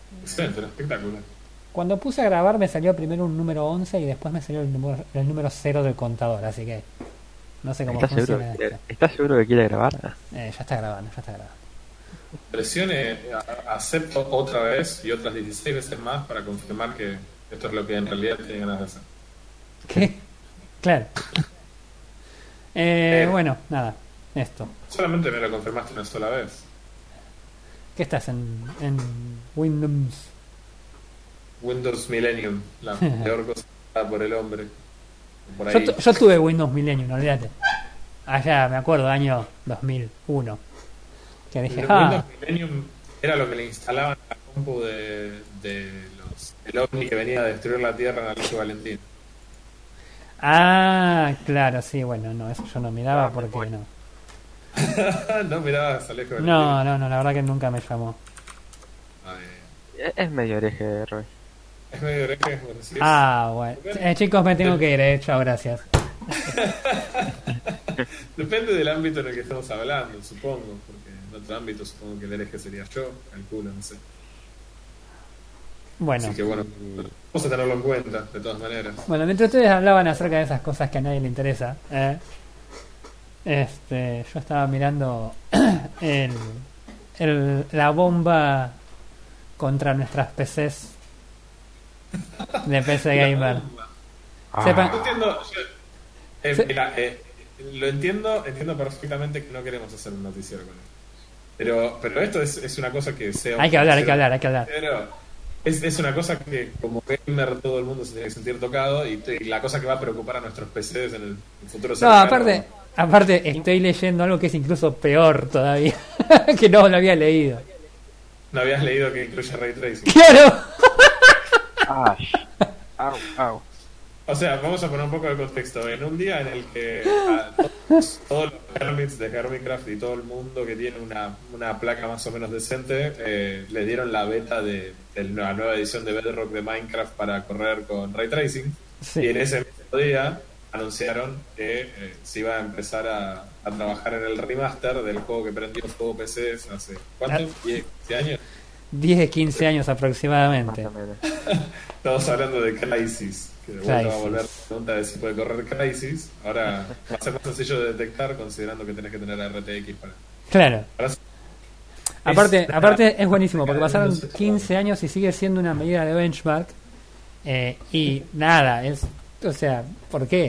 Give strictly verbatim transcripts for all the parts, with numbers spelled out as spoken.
Excelente, espectacular. Cuando puse a grabar me salió primero un número once y después me salió el número, el número cero del contador, así que no sé cómo ¿Estás seguro funciona que esto. quiere, ¿estás seguro que quiere grabar? Eh, ya está grabando, ya está grabando. Presione a- acepto otra vez y otras dieciséis veces más para confirmar que esto es lo que en realidad tiene ganas de hacer. ¿Qué? Claro. Eh, Eh, bueno, nada, esto. Solamente me lo confirmaste una sola vez. ¿Qué estás en, en Windows? Windows Millennium, la peor cosa creada por el hombre. Por Yo, ahí. tu- yo tuve Windows Millennium, olvídate. Allá, me acuerdo, año dos mil uno. Que dije, El ah, Windows Millennium era lo que le instalaban a la compu de, de los, el ovni que venía a destruir la Tierra en Alonso Valentín. ah, claro, sí, bueno, no, eso yo no miraba Ah, porque bueno. no. No mirabas a Alejo Valentín. No, no, no, la verdad que nunca me llamó. Ay, Es es medio hereje, Roy. es medio hereje, bueno, sí es. Ah, bueno. Eh, chicos, me tengo que ir, eh. Chao, gracias. Depende del ámbito en el que estamos hablando, supongo, porque en otro ámbito supongo que el hereje sería yo, calculo, no sé. Bueno, Así que bueno, Y vamos a tenerlo en cuenta, de todas maneras. bueno, mientras ustedes hablaban acerca de esas cosas que a nadie le interesa, eh, este, yo estaba mirando el, el- la bomba contra nuestras P Cs de P C Gamer. Sepan, Yo entiendo, yo- eh, Se- mira, eh, lo entiendo, entiendo perfectamente que no queremos hacer un noticiero con él. Pero, pero esto es, es una cosa que sea hay que hablar, hay que hablar, hay que hablar. Pero es, es una cosa que como gamer todo el mundo se tiene que sentir tocado y, y la cosa que va a preocupar a nuestros P Cs en el, el futuro No, cercano. aparte, aparte estoy leyendo algo que es incluso peor todavía, que no lo había leído. No habías leído que incluye Ray Tracing. ¡Claro! Ash. Au, au. O sea, vamos a poner un poco de contexto. En un día en el que a todos, todos los Hermits de Hermitcraft y todo el mundo que tiene una, una placa más o menos decente eh, le dieron la beta de, de la nueva edición de Bedrock de Minecraft para correr con Ray Tracing. Y en Sí. ese mismo día anunciaron que eh, se iba a empezar a, a trabajar en el remaster del juego que prendió fuego P Cs hace ¿cuánto? diez, quince años. diez, quince años Más aproximadamente. o menos. Estamos hablando de Crysis, que de vuelta va a Crysis. volver la pregunta de si puede correr Crysis. Ahora va a ser más sencillo de detectar considerando que tenés que tener R T X para... Claro. para Aparte, es- aparte es buenísimo porque es- pasaron quince años y sigue siendo una medida de benchmark. eh, y nada, es. O sea, ¿por qué?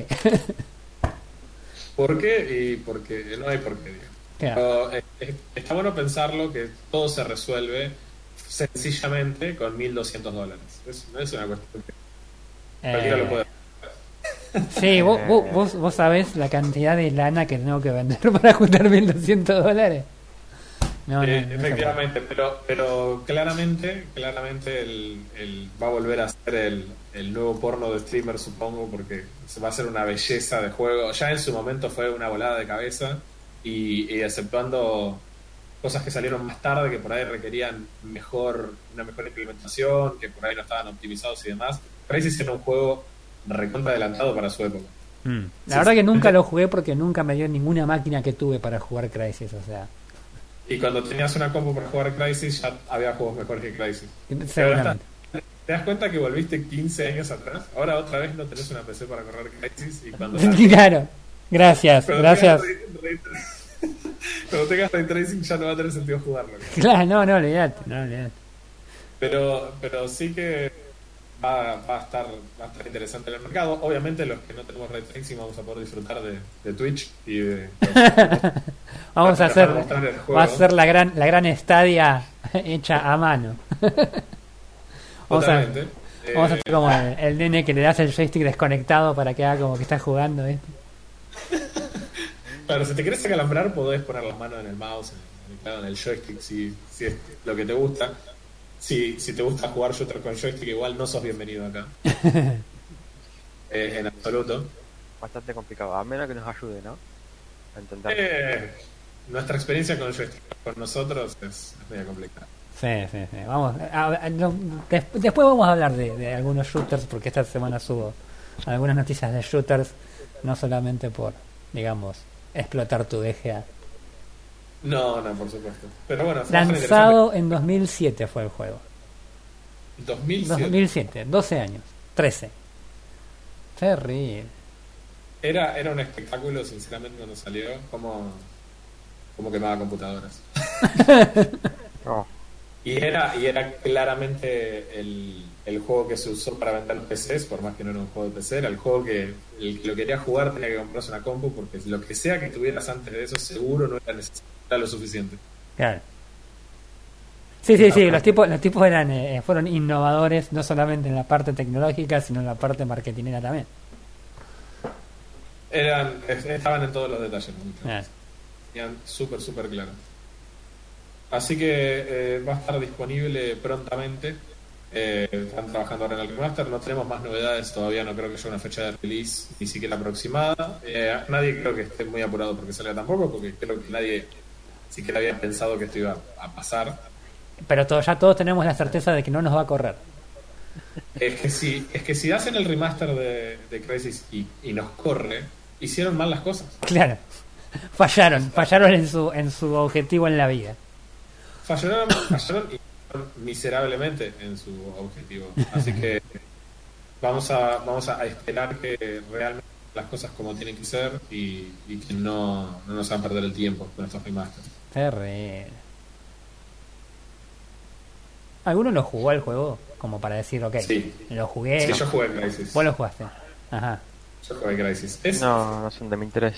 ¿Por qué? Y porque no hay por qué, digo. Claro. Pero, eh, eh, está bueno pensarlo que todo se resuelve sencillamente con mil doscientos dólares. Es, no es una cuestión que cualquiera lo Eh, puede. sí, vos, vos, vos, vos sabés la cantidad de lana que tengo que vender para juntar mil doscientos dólares. No, no, Eh, no se efectivamente, pero pero claramente claramente el, el- va a volver a ser el, el nuevo porno de streamer, supongo, porque se va a hacer una belleza de juego. Ya en su momento fue una volada de cabeza y, y exceptuando cosas que salieron más tarde que por ahí requerían mejor una mejor implementación, que por ahí no estaban optimizados y demás. Crysis era un juego recontra adelantado para su época. puede. Mm. La Sí, verdad sí. que nunca lo jugué porque nunca me dio ninguna máquina que tuve para jugar Crysis, o sea, Y cuando tenías una compu para jugar Crysis ya había juegos mejores que Crysis. seguramente. ¿Te das cuenta que volviste quince años atrás? Ahora otra vez no tenés una P C para correr Crysis y cuando, Claro. Gracias, cuando gracias. tengas ray- ray- cuando tengas ray tracing ya no va a tener sentido jugarlo. Claro, no, no, olvidate, no, olvidate. Pero, pero sí que va, va a estar va a estar interesante en el mercado. Obviamente los que no tenemos ray tracing vamos a poder disfrutar de, de Twitch y de Vamos a para hacer, mostrar el juego. va a ser la gran, la gran Stadia hecha a mano. Vamos a, Totalmente. vamos a Eh, hacer como el, el nene que le das el joystick desconectado para que haga como que está jugando, ¿eh? Claro, si te querés acalambrar, podés poner las manos en el mouse, en el, claro, en el joystick, si, si es lo que te gusta. Si, si te gusta jugar shooter con joystick, igual no sos bienvenido acá. Eh, en absoluto. Bastante complicado. A menos que nos ayude, ¿no? A entender. Eh, nuestra experiencia con el joystick con nosotros es, es media complicada. Sí, sí, sí. Vamos, a- a- no, des- después vamos a hablar de, de algunos shooters porque esta semana subo algunas noticias de shooters, no solamente por, digamos, explotar tu D G A. No, no, por supuesto. Pero bueno, va a ser Lanzado en dos mil siete fue el juego. dos mil siete. dos mil siete, doce años, trece. Terrible. Era, era un espectáculo, sinceramente, cuando salió, como, como quemaba computadoras. No. Y era, y era claramente el, el juego que se usó para vender P Cs, por más que no era un juego de P C, era el juego que el que lo quería jugar tenía que comprarse una compu, porque lo que sea que tuvieras antes de eso seguro no era necesario, era lo suficiente. Claro. Sí, sí, sí, los tipos, los tipos eran, eh, fueron innovadores, no solamente en la parte tecnológica, sino en la parte marketingera también. Eran, estaban en todos los detalles, ¿no? Ah. Tenían súper, súper claro. Así que eh, va a estar disponible prontamente. Eh, están trabajando ahora en el remaster. No tenemos más novedades todavía. No creo que haya una fecha de release ni siquiera aproximada. Eh, nadie creo que esté muy apurado porque salga tampoco, porque creo que nadie siquiera había pensado que esto iba a pasar. Pero todo, ya todos tenemos la certeza de que no nos va a correr. Es que si, es que si hacen el remaster de, de Crysis y, y nos corre, hicieron mal las cosas. Claro. Fallaron, fallaron en su, en su objetivo en la vida. Fallaron, fallaron y fallaron miserablemente en su objetivo. Así que vamos a vamos a esperar que realmente las cosas como tienen que ser y, y que no, no nos hagan perder el tiempo con estos remasters. Terrible. ¿Alguno lo jugó al juego? Como para decir, ok, Sí. lo jugué. Sí, yo jugué Crysis. Vos lo jugaste. Ajá. Yo jugué Crysis. Es, No, no son de mi interés.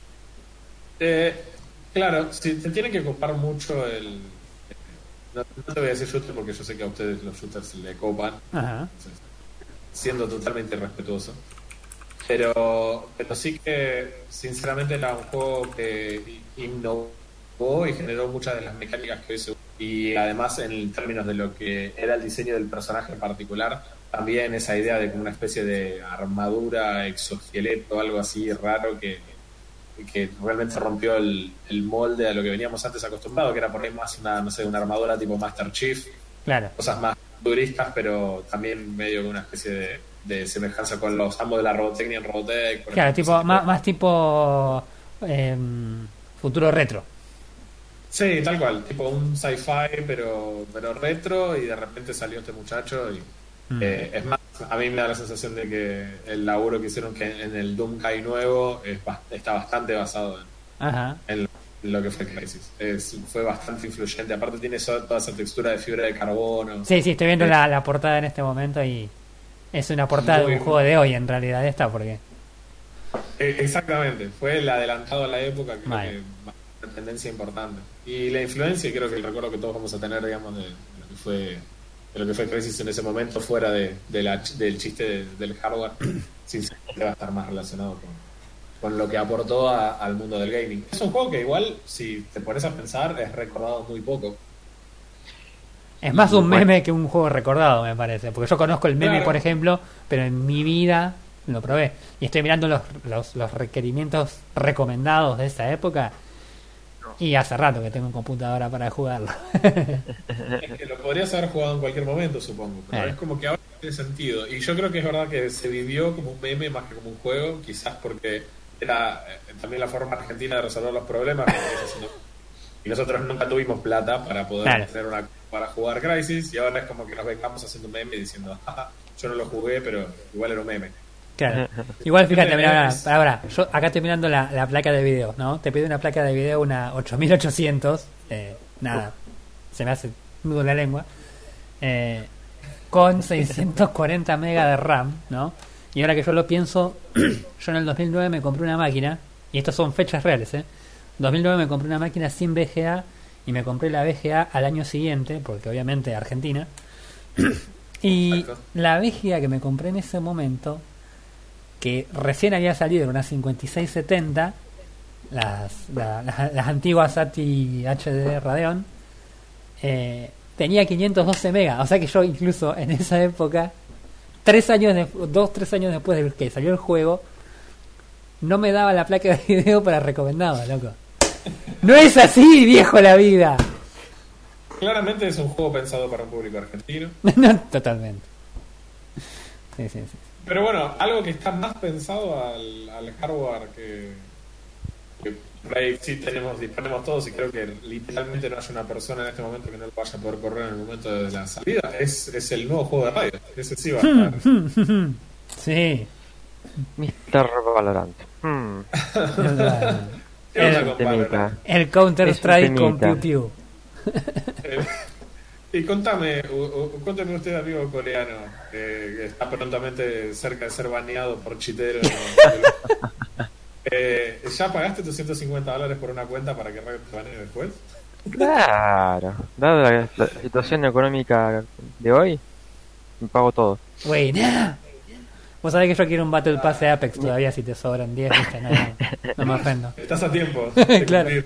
eh, claro, si te tiene que ocupar mucho el... No, no te voy a decir shooter porque yo sé que a ustedes los shooters le copan. Ajá. Entonces, siendo totalmente respetuoso. Pero, pero sí que, sinceramente, era un juego que innovó y generó muchas de las mecánicas que hoy se usan. Y además, en términos de lo que era el diseño del personaje en particular, también esa idea de como una especie de armadura, exoesqueleto, algo así raro que, que realmente rompió el, el molde a lo que veníamos antes acostumbrados, que era por ahí más una, no sé, una armadura tipo Master Chief, Claro. cosas más futuristas, pero también medio con una especie de, de semejanza con los ambos de la Robotecnia en Robotech. por Claro, ejemplo, tipo, ese más, de- más tipo em, futuro retro. Sí, tal cual, tipo un sci-fi, pero, pero retro, y de repente salió este muchacho y Mm. eh, es más, a mí me da la sensación de que el laburo que hicieron que en el Doomkai nuevo es, bast- está bastante basado en, Ajá. en lo que fue Crysis. Es, fue bastante influyente, aparte tiene so- toda esa textura de fibra de carbono. Sí, sí, estoy viendo Eh, la, la portada en este momento y es una portada de Muy un bien. juego de hoy en realidad esta, porque... Eh, Exactamente, fue el adelantado a la época, creo Vale. que una tendencia importante. Y la influencia, y creo que el recuerdo que todos vamos a tener, digamos, de, de lo que fue de lo que fue Crysis en ese momento, fuera de, de la, del chiste de- del hardware, sinceramente va a estar más relacionado con, con lo que aportó a- al mundo del gaming. Es un juego que igual, si te pones a pensar, es recordado muy poco. Es más un Bueno. meme que un juego recordado, me parece. Porque yo conozco el meme, Claro. por ejemplo, pero en mi vida lo probé. Y estoy mirando los, los, los requerimientos recomendados de esa época. Y hace rato que tengo una computadora para jugarlo. Es que lo podrías haber jugado en cualquier momento, supongo, pero Eh. es como que ahora tiene sentido. Y yo creo que es verdad que se vivió como un meme más que como un juego, quizás porque era eh, también la forma argentina de resolver los problemas. que es haciendo- Y nosotros nunca tuvimos plata para poder Claro. tener una para jugar Crysis, y ahora es como que nos vengamos haciendo un meme diciendo, "Ah, yo no lo jugué, pero igual era un meme". Claro. Igual fíjate, mira, Es- ahora, yo acá estoy mirando la, la placa de video, ¿no? Te pido una placa de video, una ocho mil ochocientos, eh, nada, se me hace nudo la lengua, eh, con seiscientos cuarenta megas de RAM, ¿no? Y ahora que yo lo pienso, yo en el dos mil nueve me compré una máquina, y estas son fechas reales, ¿eh? dos mil nueve me compré una máquina sin V G A, y me compré la V G A al año siguiente, porque obviamente Argentina, y Exacto. la V G A que me compré en ese momento, que recién había salido en una cincuenta y seis setenta, las, la- la- las antiguas A T I H D Radeon, eh, tenía quinientos doce megas, o sea que yo incluso en esa época, tres años de, dos, tres años después de que salió el juego, no me daba la placa de video para recomendado, loco. No es así, viejo, la vida. Claramente es un juego pensado para un público argentino. No, totalmente. Sí, sí, sí. Pero bueno, algo que está más pensado al, al hardware que, que Por ahí sí tenemos, disponemos todos y creo que literalmente no hay una persona en este momento que no lo vaya a poder correr en el momento de la salida. Es, es el nuevo juego de radio. Ese sí va a estar. Sí. mister Valorant. Hmm. ¿Qué onda El- con temita. Valorant? El Counter Strike Es con un Piu temita. Piu. Eh, Y contame, u- u- cuéntame usted, amigo coreano, eh, que está prontamente cerca de ser baneado por chitero. eh, ¿Ya pagaste tus ciento cincuenta dólares por una cuenta para que Riot te banee después? Claro. Dada la, la situación económica de hoy, me pago todo. Wey, nah. Vos sabés que yo quiero un Battle Pass de Apex todavía si te sobran diez, ¿viste? No, no, no me ofendo. Estás a tiempo. de Claro. cumplir.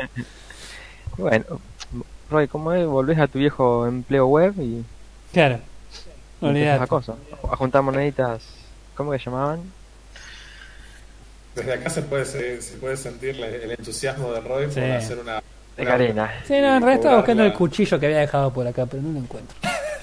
Bueno, Roy, ¿cómo es? Volvés a tu viejo empleo web y Claro. y empiezas Olvidate. a cosa. A juntar moneditas. ¿Cómo que llamaban? Desde acá se puede, se, se puede sentir la- el entusiasmo de Roy Sí. por hacer una... De una- Carena. Sí, no, en realidad estaba buscando el cobrarla. cuchillo que había dejado por acá, pero no lo encuentro.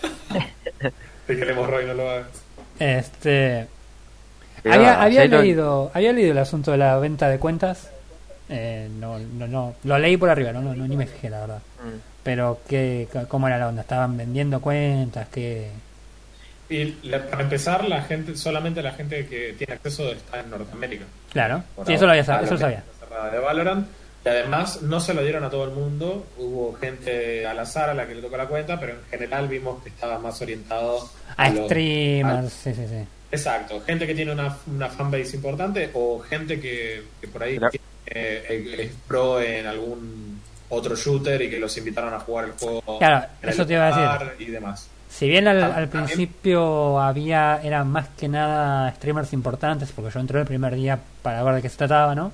Te queremos, Roy, no lo hagas. Este. Pero, Había, había si ahí lo- leído, había leído el asunto de la venta de cuentas. Eh, no, no, no, lo leí por arriba, no, no, no, ni me fijé la verdad. Mm. Pero qué, cómo era la onda, estaban vendiendo cuentas, que Y la- para empezar, la gente, solamente la gente que tiene acceso está en Norteamérica. claro, Por sí, ahora. eso lo había, sab- Ah, eso lo la sabía. venta cerrada de Valorant. Y además no se lo dieron a todo el mundo. Hubo gente al azar a la que le tocó la cuenta, pero en general vimos que estaba más orientado A los- streamers, al- sí, sí, sí. Exacto, gente que tiene una, una fanbase importante o gente que, que por ahí Claro. tiene, eh, es pro en algún otro shooter y que los invitaron a jugar el juego. Claro, en eso el te iba a decir. lugar y demás. Si bien al, Ah, al también- principio había, eran más que nada streamers importantes, porque yo entré el primer día para ver de qué se trataba, ¿no?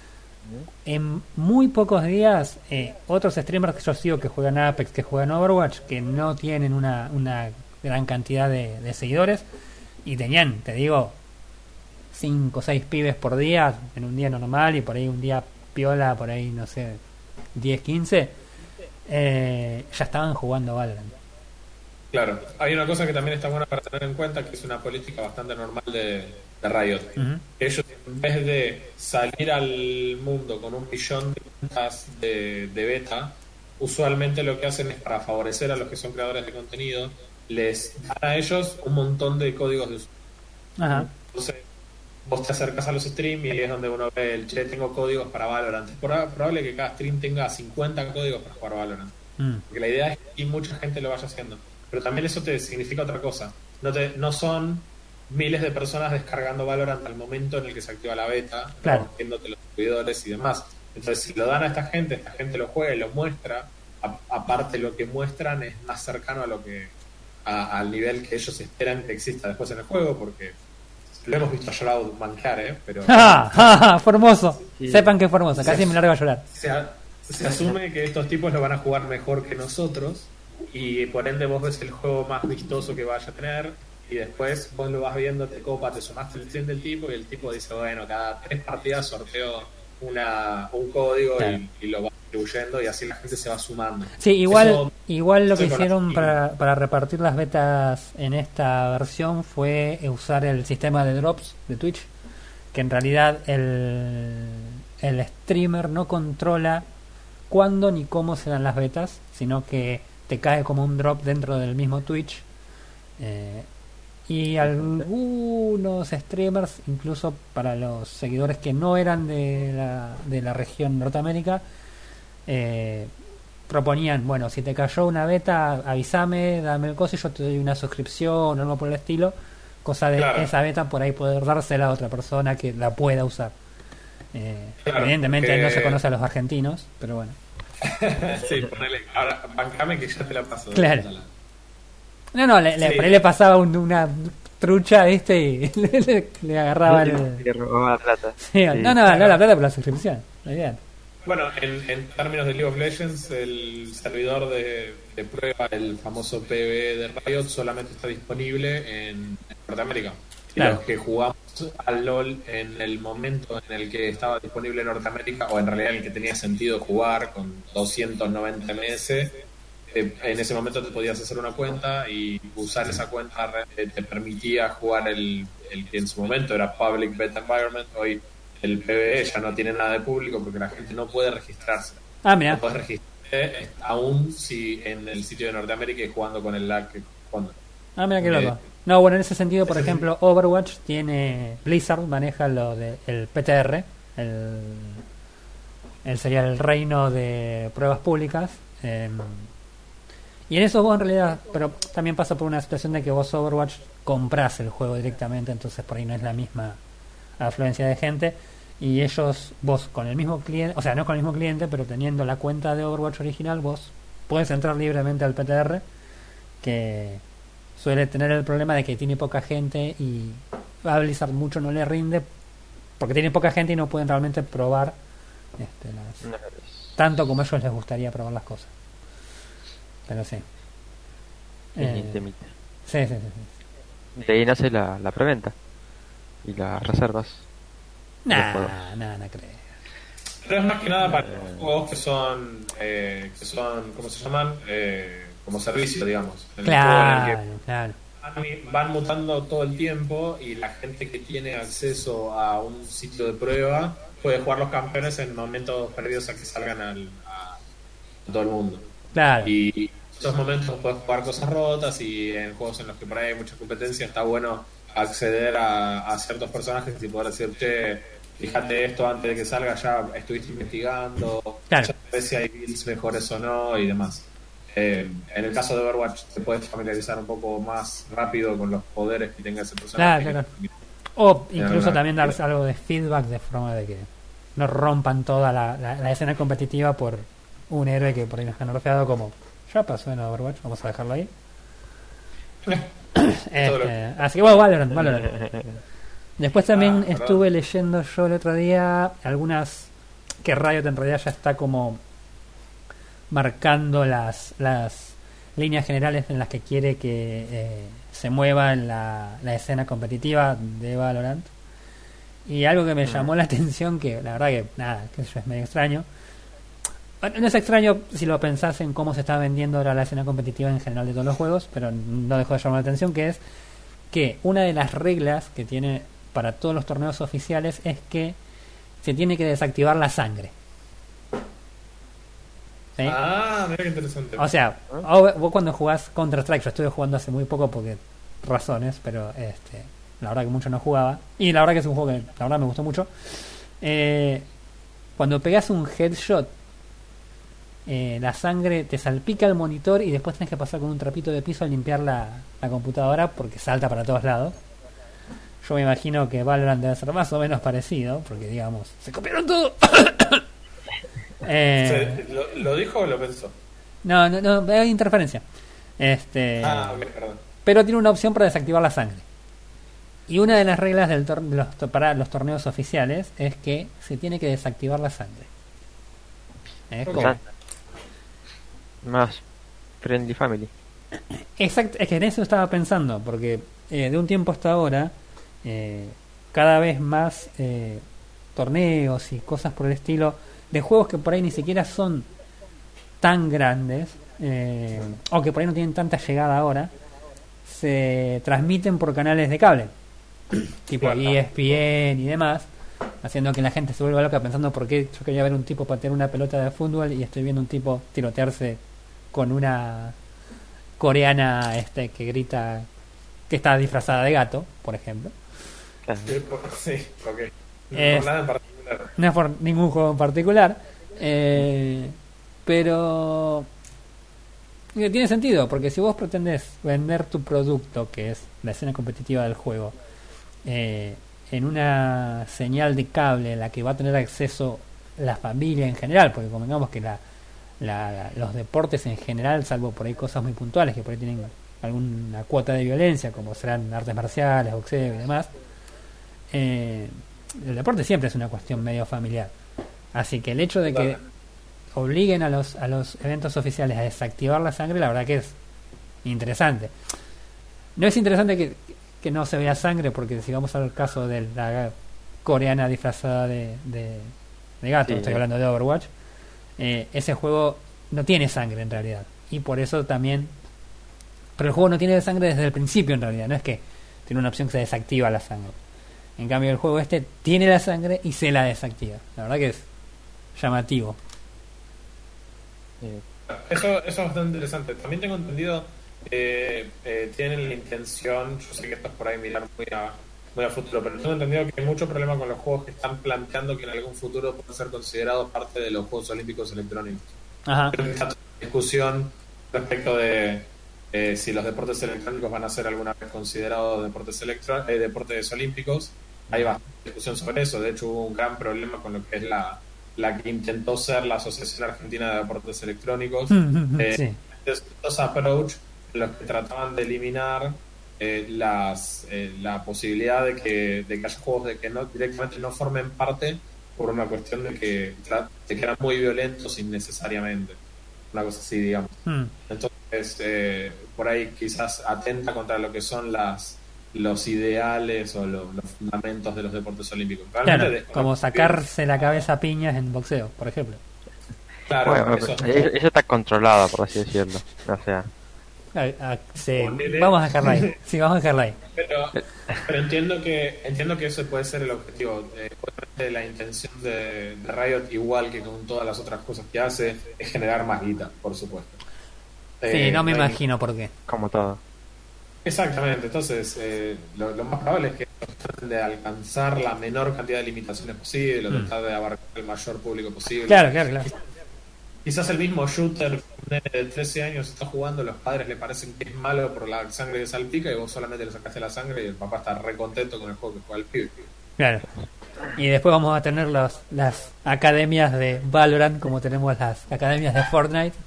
En muy pocos días, eh, otros streamers que yo sigo que juegan Apex, que juegan Overwatch, que no tienen una, una gran cantidad de, de seguidores, y tenían, te digo, cinco o seis pibes por día, en un día normal, y por ahí un día piola, por ahí, no sé, diez quince, eh, ya estaban jugando Valorant. Claro, hay una cosa que también está buena para tener en cuenta, que es una política bastante normal de, de Riot. Ujú. Ellos, en vez de salir al mundo con un millón de cuentas de, de beta, usualmente lo que hacen es, para favorecer a los que son creadores de contenido, les dan a ellos un montón de códigos de usuario. Ajá. Entonces, vos te acercas a los streams y ahí es donde uno ve el che, tengo códigos para Valorant. Es proba- probable que cada stream tenga cincuenta códigos para jugar Valorant. Mm. Porque la idea es que mucha gente lo vaya haciendo. Pero también eso te significa otra cosa. No, te, no son miles de personas descargando Valorant al momento en el que se activa la beta, Claro. rompiéndote los servidores y demás. Entonces, si lo dan a esta gente, esta gente lo juega y lo muestra, a- aparte lo que muestran es más cercano a lo que a- al nivel que ellos esperan que exista después en el juego, porque lo hemos visto a Shroud mancar, ¿eh? Pero ¡Ja, ja, ja! Formoso. Sí. Sepan que es Formoso. Casi Sí. me largo a llorar. se, a- se asume que estos tipos lo van a jugar mejor que nosotros y por ende vos ves el juego más vistoso que vaya a tener y después vos lo vas viendo, te copa, te sumaste el stream del tipo y el tipo dice, bueno, cada tres partidas sorteo una un código Claro. y, y lo va distribuyendo y así la gente se va sumando. Sí, igual, Eso- igual lo que eso con hicieron las- para, para repartir las betas en esta versión fue usar el sistema de drops de Twitch, que en realidad el, el streamer no controla cuándo ni cómo se dan las betas, sino que te cae como un drop dentro del mismo Twitch. Eh, y algunos streamers, incluso para los seguidores que no eran de la, de la región Norteamérica, eh, proponían, bueno, si te cayó una beta, avísame, dame el coso y yo te doy una suscripción o algo por el estilo, cosa de Claro. esa beta por ahí poder dársela a otra persona que la pueda usar. Eh, Claro, evidentemente porque- no se conoce a los argentinos, pero bueno. sí, ponele, ahora bancame que ya te la paso. Claro. No, no, le, le- Sí. por ahí le pasaba un- una trucha, ¿viste? Y le, le- le agarraba el... Y le robaba la plata. Sí, Sí. No, no, no la plata por la suscripción. La idea. Bueno, en, en términos de League of Legends, el servidor de, de prueba, el famoso P B de Riot, solamente está disponible en, en Norteamérica. Y Claro. los que jugamos al LoL en el momento en el que estaba disponible en Norteamérica, o en realidad en el que tenía sentido jugar con doscientos noventa M S, eh, en ese momento te podías hacer una cuenta y usar esa cuenta eh, te permitía jugar el, el que en su momento era Public Beta Environment, hoy el PvE ya no tiene nada de público porque la gente no puede registrarse. Ah, mira. No puedes registrarte aún si en el sitio de Norteamérica y jugando con el lag que cuando. Ah, mira qué loco. Eh, No, bueno, en ese sentido, por ese ejemplo, Overwatch tiene... Blizzard maneja lo de el P T R, el, el sería el reino de pruebas públicas. eh, y en eso vos en realidad... Pero también pasa por una situación de que vos Overwatch comprás el juego directamente, entonces por ahí no es la misma afluencia de gente. Y ellos, vos con el mismo cliente... O sea, no con el mismo cliente, pero teniendo la cuenta de Overwatch original, vos podés entrar libremente al P T R, que... suele tener el problema de que tiene poca gente y a Blizzard mucho no le rinde porque tiene poca gente y no pueden realmente probar este, las, tanto como a ellos les gustaría probar las cosas. Pero sí. Eh, sí, sí, sí, sí. De ahí nace la, la preventa y las reservas. Nah, nah, no creo. Pero es más que nada para los juegos que son, eh, que son, ¿cómo se llaman? Eh, como servicio, digamos. En Claro, el que claro. van, van mutando todo el tiempo y la gente que tiene acceso a un sitio de prueba puede jugar los campeones en momentos perdidos a que salgan al, a, a todo el mundo. Claro. Y en esos momentos puedes jugar cosas rotas y en juegos en los que por ahí hay mucha competencia está bueno acceder a, a ciertos personajes y poder decir, che, fíjate esto antes de que salga, ya estuviste investigando, Claro. ya sabes si hay builds mejores o no y demás. Eh, en el caso de Overwatch te puedes familiarizar un poco más rápido con los poderes que tenga ese personaje. Claro, claro. O incluso Claro. también dar algo de feedback de forma de que no rompan toda la, la, la escena competitiva por un héroe que por ahí nos han nerfeado, como ya pasó en Overwatch, vamos a dejarlo ahí. este, así que bueno, Valorant, Valorant. Después también Ah, estuve leyendo yo el otro día algunas que Riot en realidad ya está como marcando las las líneas generales en las que quiere que eh, se mueva en la, la escena competitiva de Valorant. Y algo que me llamó la atención, que la verdad que nada, que eso es medio extraño. No es extraño si lo pensás en cómo se está vendiendo ahora la escena competitiva en general de todos los juegos, pero no dejó de llamar la atención, que es que una de las reglas que tiene para todos los torneos oficiales es que se tiene que desactivar la sangre. ¿Sí? Ah, mira qué interesante. O sea, vos cuando jugás Counter-Strike, yo estuve jugando hace muy poco porque razones, pero este, la verdad que mucho no jugaba. Y la verdad que es un juego que la verdad me gustó mucho. Eh, cuando pegás un headshot, eh, la sangre te salpica el monitor y después tenés que pasar con un trapito de piso a limpiar la, la computadora porque salta para todos lados. Yo me imagino que Valorant debe ser más o menos parecido, porque digamos, se copiaron todo. eh, ¿Se- lo, ¿Lo dijo o lo pensó? no, no, no, hay interferencia. Este, Ah, ok, perdón. pero tiene una opción para desactivar la sangre. Y una de las reglas del tor- de los, para los torneos oficiales es que se tiene que desactivar la sangre. ¿Eh? Ok. Como- Más friendly family. Exacto, es que en eso estaba pensando, porque eh, de un tiempo hasta ahora, eh, cada vez más eh, torneos y cosas por el estilo, de juegos que por ahí ni siquiera son tan grandes, eh, o que por ahí no tienen tanta llegada ahora, se transmiten por canales de cable, tipo Claro. E S P N y demás, haciendo que la gente se vuelva loca pensando por qué yo quería ver un tipo patear una pelota de fútbol y estoy viendo un tipo tirotearse con una coreana este que grita que está disfrazada de gato, por ejemplo. Claro. Sí, por- sí, ok. No Es- por nada en particular. No es por ningún juego en particular, eh, pero eh, tiene sentido, porque si vos pretendés vender tu producto, que es la escena competitiva del juego, eh, en una señal de cable en la que va a tener acceso la familia en general, porque convengamos que la, la, los deportes en general, salvo por ahí cosas muy puntuales que por ahí tienen alguna cuota de violencia, como serán artes marciales, boxeo y demás, eh, el deporte siempre es una cuestión medio familiar. Así que el hecho de que obliguen a los a los eventos oficiales a desactivar la sangre, la verdad que es interesante. No es interesante que, que no se vea sangre, porque si vamos al caso de la coreana disfrazada de, de, de gato, Sí, estoy sí. hablando de Overwatch, eh, ese juego no tiene sangre en realidad. Y por eso también... Pero el juego no tiene sangre desde el principio en realidad, no es que tiene una opción que se desactiva la sangre. En cambio el juego este tiene la sangre y se la desactiva. La verdad que es llamativo. Eh, Eso, eso es bastante interesante. También tengo entendido que eh, tienen la intención, yo sé que esto es por ahí mirar muy a, muy a futuro, pero tengo entendido que hay mucho problema con los juegos que están planteando que en algún futuro pueden ser considerados parte de los Juegos Olímpicos electrónicos. Ajá. Creo que está toda la discusión respecto de eh, si los deportes electrónicos van a ser alguna vez considerados deportes, electro, eh, deportes olímpicos. Hay bastante discusión sobre eso. De hecho, hubo un gran problema con lo que es la, la que intentó ser la Asociación Argentina de Deportes Electrónicos. eh, Sí. Estos approach en los que trataban de eliminar eh, las, eh, la posibilidad de que, de que haya juegos de que no directamente no formen parte por una cuestión de que, tra- de que eran muy violentos innecesariamente. Una cosa así, digamos. Mm. Entonces, eh, por ahí quizás atenta contra lo que son las los ideales o lo- los fundamentos de los deportes olímpicos. Realmente Claro, desconozco como bien. sacarse la cabeza a piñas en boxeo, por ejemplo. Claro, bueno, eso. eso, eso está controlado, por así decirlo. O sea, Ah, ah, sí. Ponele. Vamos a dejarla ahí. Sí, vamos a dejarla ahí. Pero, pero entiendo que entiendo que ese puede ser el objetivo. Eh, obviamente la intención de, de Riot, igual que con todas las otras cosas que hace, es generar más guita, por supuesto. Sí, Eh, no me hay- imagino por qué. como todo. Exactamente, entonces eh, lo, lo más probable es que traten de alcanzar la menor cantidad de limitaciones posible, o Mm. tratar de abarcar el mayor público posible. Claro, claro, claro. Quizás el mismo shooter que un nene de trece años está jugando, los padres le parecen que es malo por la sangre que salpica y vos solamente le sacaste la sangre y el papá está re contento con el juego que juega el pibe. Claro. Y después vamos a tener los, las academias de Valorant, como tenemos las academias de Fortnite.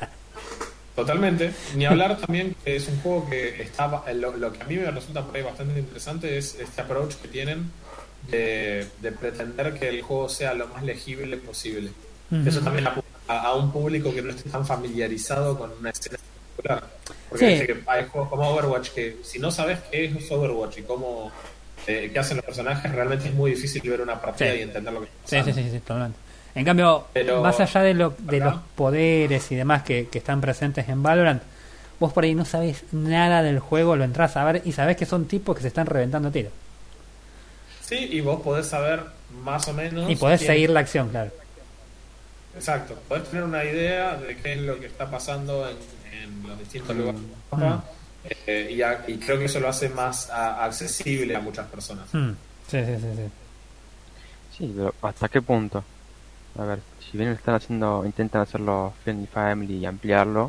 Totalmente. Ni hablar también que es un juego que está. Lo, lo que a mí me resulta por ahí bastante interesante es este approach que tienen de, de pretender que el juego sea lo más legible posible. Ujú. Eso también apunta a, a un público que no esté tan familiarizado con una escena particular. Porque Sí. viste que hay juegos como Overwatch que si no sabes qué es Overwatch y cómo eh, qué hacen los personajes, realmente es muy difícil ver una partida Sí. y entender lo que está Sí, sí, pasando. sí, sí, totalmente. En cambio, Pero- más allá de, lo, de Ajá. los poderes y demás que, que están presentes en Valorant, vos por ahí no sabés nada del juego, lo entrás a ver y sabés que son tipos que se están reventando tiros. Sí, y vos podés saber más o menos. Y podés quién- seguir la acción, claro. Exacto, podés tener una idea de qué es lo que está pasando en, en los distintos lugares del mapa, eh, y, a- y creo que eso lo hace más a- accesible a muchas personas. Mm. Sí, sí, sí, sí. Sí, pero ¿hasta qué punto? A ver, si bien están haciendo, intentan hacerlo friendly family y ampliarlo,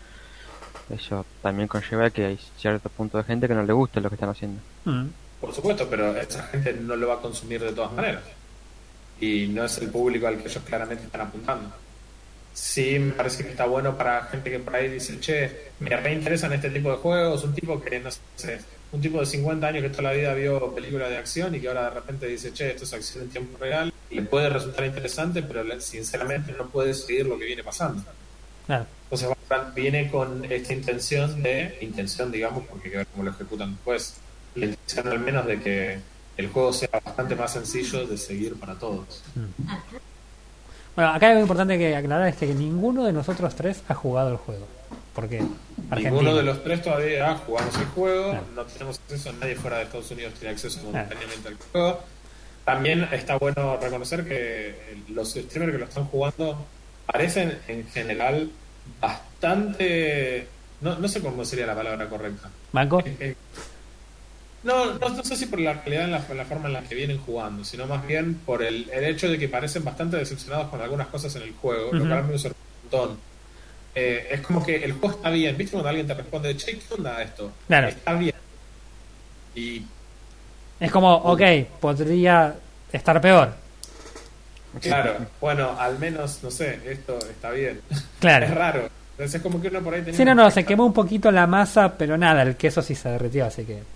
eso también conlleva que hay cierto punto de gente que no le gusta lo que están haciendo. Mm. Por supuesto, pero esa gente no lo va a consumir de todas maneras. Y no es el público al que ellos claramente están apuntando. Sí, me parece que está bueno para gente que por ahí dice, che, me reinteresan este tipo de juegos, un tipo que, no sé, un tipo de cincuenta años que toda la vida vio películas de acción y que ahora de repente dice, che, esto es acción en tiempo real, y le puede resultar interesante, pero le- sinceramente no puede seguir lo que viene pasando. Claro. Entonces Valorant viene con esta intención de, intención digamos, porque hay que ver cómo lo ejecutan después, la intención al menos de que el juego sea bastante más sencillo de seguir para todos. Bueno, acá algo importante que aclarar es que ninguno de nosotros tres ha jugado el juego. Porque Argentina. Ninguno de los tres todavía jugamos el juego, Claro. no tenemos acceso, nadie fuera de Estados Unidos tiene acceso momentáneamente al juego. También está bueno reconocer que eh, los streamers que lo están jugando parecen en general bastante... No, no sé cómo sería la palabra correcta. ¿Banco? Eh, eh, No, no, no sé si por la calidad en la, en la forma en la que vienen jugando, sino más bien por el, el hecho de que parecen bastante decepcionados con algunas cosas en el juego, lo Ujú. cual me sorprende un montón. Eh, es como que el juego está bien, ¿viste? Cuando alguien te responde, che, ¿qué onda esto? Claro. Está bien. Y Es como, ok, podría estar peor. claro, bueno, al menos, no sé, esto está bien. Claro. Es raro. Entonces es como que uno por ahí tenía... Sí, no, no, se quemó un poquito la masa, pero nada, el queso sí se derritió, así que...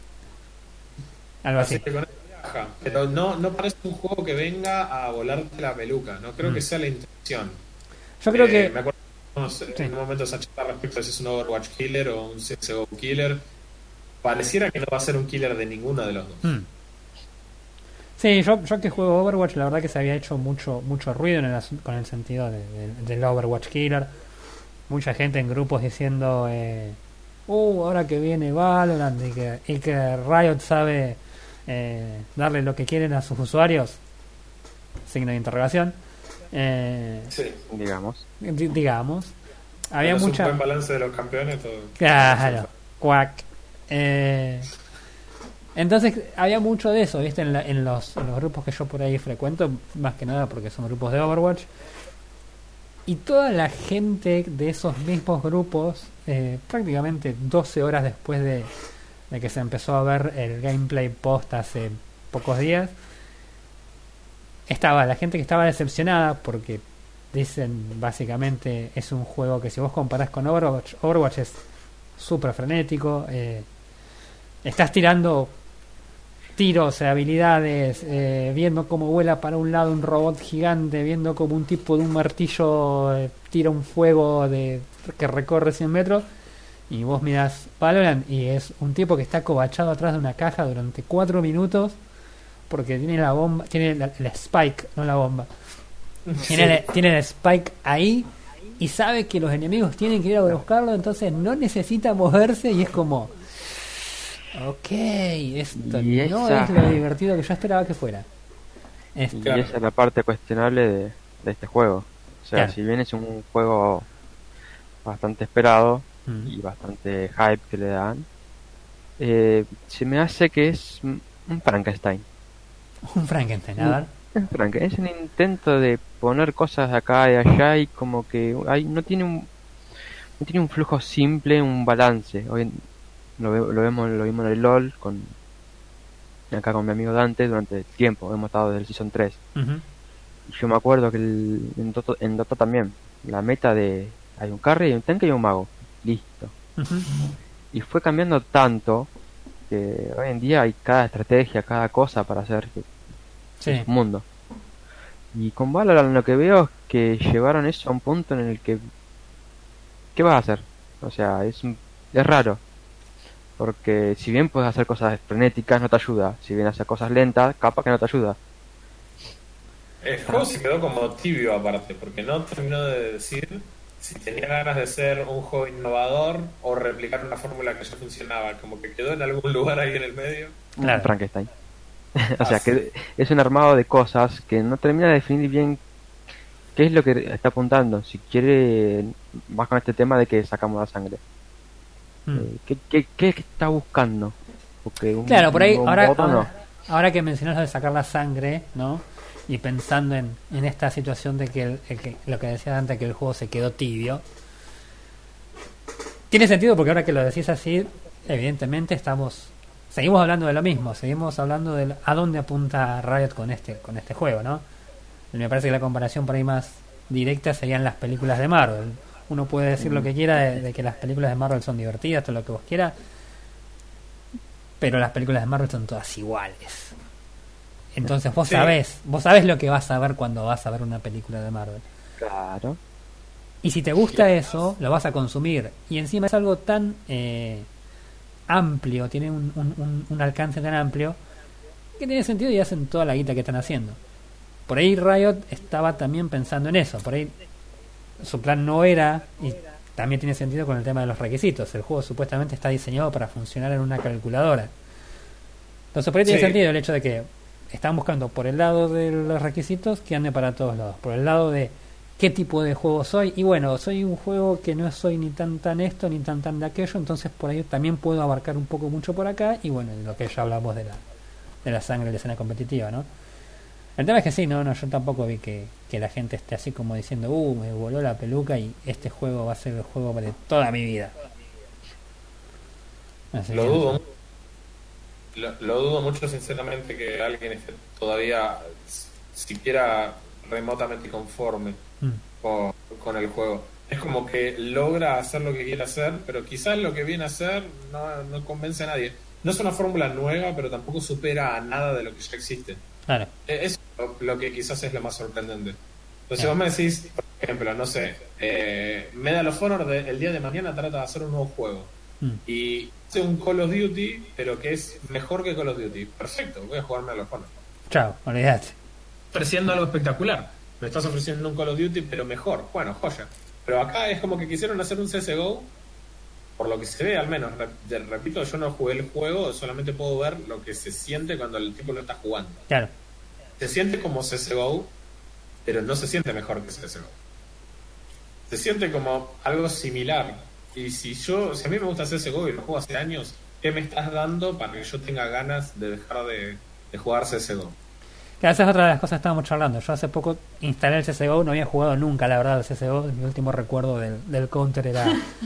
Algo Así así. que con eso viaja. Pero no, no parece un juego que venga a volarte la peluca, no creo Mm. que sea la intención. Yo creo Eh, que... Me acuerdo no sé, Sí. en un momento esa charla respecto a si es un Overwatch killer o un C S G O killer. Pareciera que no va a ser un killer de ninguno de los dos. Mm. Sí, yo, yo que juego Overwatch, la verdad que se había hecho mucho mucho ruido en el asun- con el sentido de- de- del Overwatch Killer. Mucha gente en grupos diciendo, eh, uh, ahora que viene Valorant y que, y que Riot sabe eh, darle lo que quieren a sus usuarios, signo de interrogación, eh, Sí. digamos. di- digamos, había Pero es mucha... un buen balance de los campeones. Todo. Claro, cuac. Eh, entonces había mucho de eso, ¿viste? En, la- en los, en los grupos que yo por ahí frecuento, más que nada porque son grupos de Overwatch. Y toda la gente de esos mismos grupos, eh, prácticamente doce horas después de, de que se empezó a ver el gameplay post hace pocos días, estaba la gente que estaba decepcionada porque dicen básicamente es un juego que si vos comparás con Overwatch, Overwatch es súper frenético, eh, estás tirando tiros, eh, habilidades, eh, viendo cómo vuela para un lado un robot gigante, viendo como un tipo de un martillo eh, tira un fuego de que recorre cien metros, y vos mirás Valorant y es un tipo que está acobachado atrás de una caja durante cuatro minutos porque tiene la bomba, tiene la, la spike, no la bomba, tiene, Sí. el, tiene el spike ahí y sabe que los enemigos tienen que ir a buscarlo, entonces no necesita moverse y es como, ok, esto Y no esa- es lo divertido que yo esperaba que fuera. Es- Y Claro. esa es la parte cuestionable de, de este juego. O sea, Claro. si bien es un juego bastante esperado Mm. y bastante hype que le dan, eh, se me hace que es un un Frankenstein. Un Frankenstein, a ver. Es Frank, es un intento de poner cosas de acá y allá y como que hay, no tiene un no tiene un flujo simple, un balance. Hoy en- lo, ve- lo vemos lo vimos en el LOL con acá con mi amigo Dante durante tiempo, hemos estado desde el Season tres. Ujú. Y yo me acuerdo que el- en, Dota, en Dota también, la meta de hay un carry, hay un tanque y un mago. Listo. Ujú. Y fue cambiando tanto que hoy en día hay cada estrategia, cada cosa para hacer que Sí. es un mundo. Y con Valorant lo que veo es que llevaron eso a un punto en el que ¿qué vas a hacer? O sea, es un- es raro. Porque si bien puedes hacer cosas frenéticas no te ayuda, si bien hacer cosas lentas, capaz que no te ayuda. El juego se quedó como tibio aparte, porque no terminó de decir si tenía ganas de ser un juego innovador o replicar una fórmula que ya funcionaba. Como que quedó en algún lugar ahí en el medio. Un Claro. Frankenstein. o sea, Ah, sí. que es un armado de cosas que no termina de definir bien qué es lo que está apuntando. Si quiere, más con este tema de que sacamos la sangre. Mm. Eh, ¿qué, qué, qué está buscando? Porque un, Claro, por ahí, un ahora, modo no. ahora, ahora que mencionas lo de sacar la sangre, ¿no? Y pensando en, en esta situación de que, el, el que lo que decía antes, que el juego se quedó tibio, tiene sentido porque ahora que lo decís así, evidentemente estamos, seguimos hablando de lo mismo, seguimos hablando de a dónde apunta Riot con este, con este juego, ¿no? Me parece que la comparación por ahí más directa serían las películas de Marvel. Uno puede decir lo que quiera de, de que las películas de Marvel son divertidas, todo lo que vos quieras, pero las películas de Marvel son todas iguales. Entonces vos Sí. sabés, vos sabés lo que vas a ver cuando vas a ver una película de Marvel. Claro. Y si te gusta eso, lo vas a consumir. Y encima es algo tan eh, amplio, tiene un, un, un, un alcance tan amplio, que tiene sentido y hacen toda la guita que están haciendo. Por ahí Riot estaba también pensando en eso. Por ahí su plan no era, y también tiene sentido con el tema de los requisitos. El juego supuestamente está diseñado para funcionar en una calculadora. Entonces por ahí tiene Sí. sentido el hecho de que están buscando por el lado de los requisitos que ande para todos lados. Por el lado de qué tipo de juego soy. Y bueno, soy un juego que no soy ni tan tan esto ni tan tan de aquello. Entonces por ahí también puedo abarcar un poco mucho por acá. Y bueno, lo que ya hablamos de la, de la sangre de la escena competitiva, ¿no? El tema es que sí, no, no, yo tampoco vi que, que la gente esté así como diciendo, uh, me voló la peluca y este juego va a ser el juego de toda mi vida. Así Lo que- dudo. Lo, lo dudo mucho, sinceramente, que alguien esté todavía s- siquiera remotamente conforme Mm, con, con el juego. Es como que logra hacer lo que quiere hacer, pero quizás lo que viene a hacer no, no convence a nadie. No es una fórmula nueva, pero tampoco supera a nada de lo que ya existe. claro. Eh, Eso es lo, lo que quizás es lo más sorprendente. Entonces, Claro. vos me decís, por ejemplo, no sé, eh, Medal of Honor de- el día de mañana trata de hacer un nuevo juego. Mm, Y hace un Call of Duty, pero que es mejor que Call of Duty. Perfecto, voy a jugar Medal of Honor. chao, olvidate. Ofreciendo algo espectacular. Me estás ofreciendo un Call of Duty, pero mejor. Bueno, joya. Pero acá es como que quisieron hacer un C S G O por lo que se ve al menos, re- repito, yo no jugué el juego, solamente puedo ver lo que se siente cuando el tipo lo está jugando. Claro. Se siente como C S G O, pero no se siente mejor que C S G O. Se siente como algo similar. Y si yo, si a mí me gusta C S G O y lo juego hace años, ¿qué me estás dando para que yo tenga ganas de dejar de, de jugar C S G O? Claro, esa es otra de las cosas que estábamos charlando. Yo hace poco instalé el C S G O, no había jugado nunca, la verdad, el C S G O. Mi último recuerdo del, del Counter era,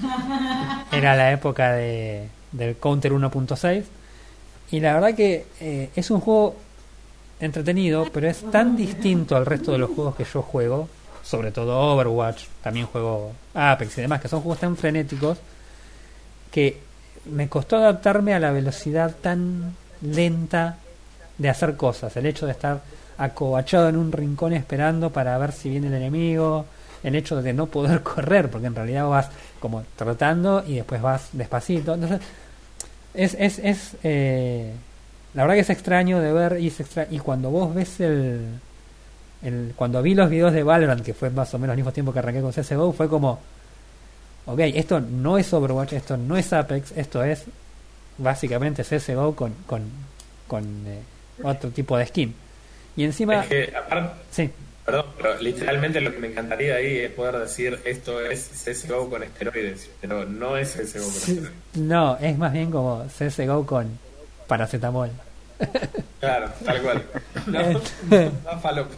era la época de, del Counter uno punto seis. Y la verdad que eh, es un juego entretenido, pero es tan distinto al resto de los juegos que yo juego, sobre todo Overwatch, también juego Apex y demás, que son juegos tan frenéticos, que me costó adaptarme a la velocidad tan lenta de hacer cosas. El hecho de estar acobachado en un rincón esperando para ver si viene el enemigo, el hecho de no poder correr, porque en realidad vas como trotando y después vas despacito. Entonces es, es, es eh, la verdad que es extraño de ver, y es extra- y cuando vos ves el, el cuando vi los videos de Valorant, que fue más o menos al mismo tiempo que arranqué con C S G O, fue como, ok, esto no es Overwatch, esto no es Apex, esto es básicamente C S G O con con, con eh, otro tipo de skin. Y encima, Es que, aparte, sí, perdón, pero literalmente lo que me encantaría ahí es poder decir esto es C S G O con esteroides, pero no es C S G O con sí, esteroides. no, es más bien como C S G O con paracetamol. Claro, tal cual. No, Eh. no, falopa.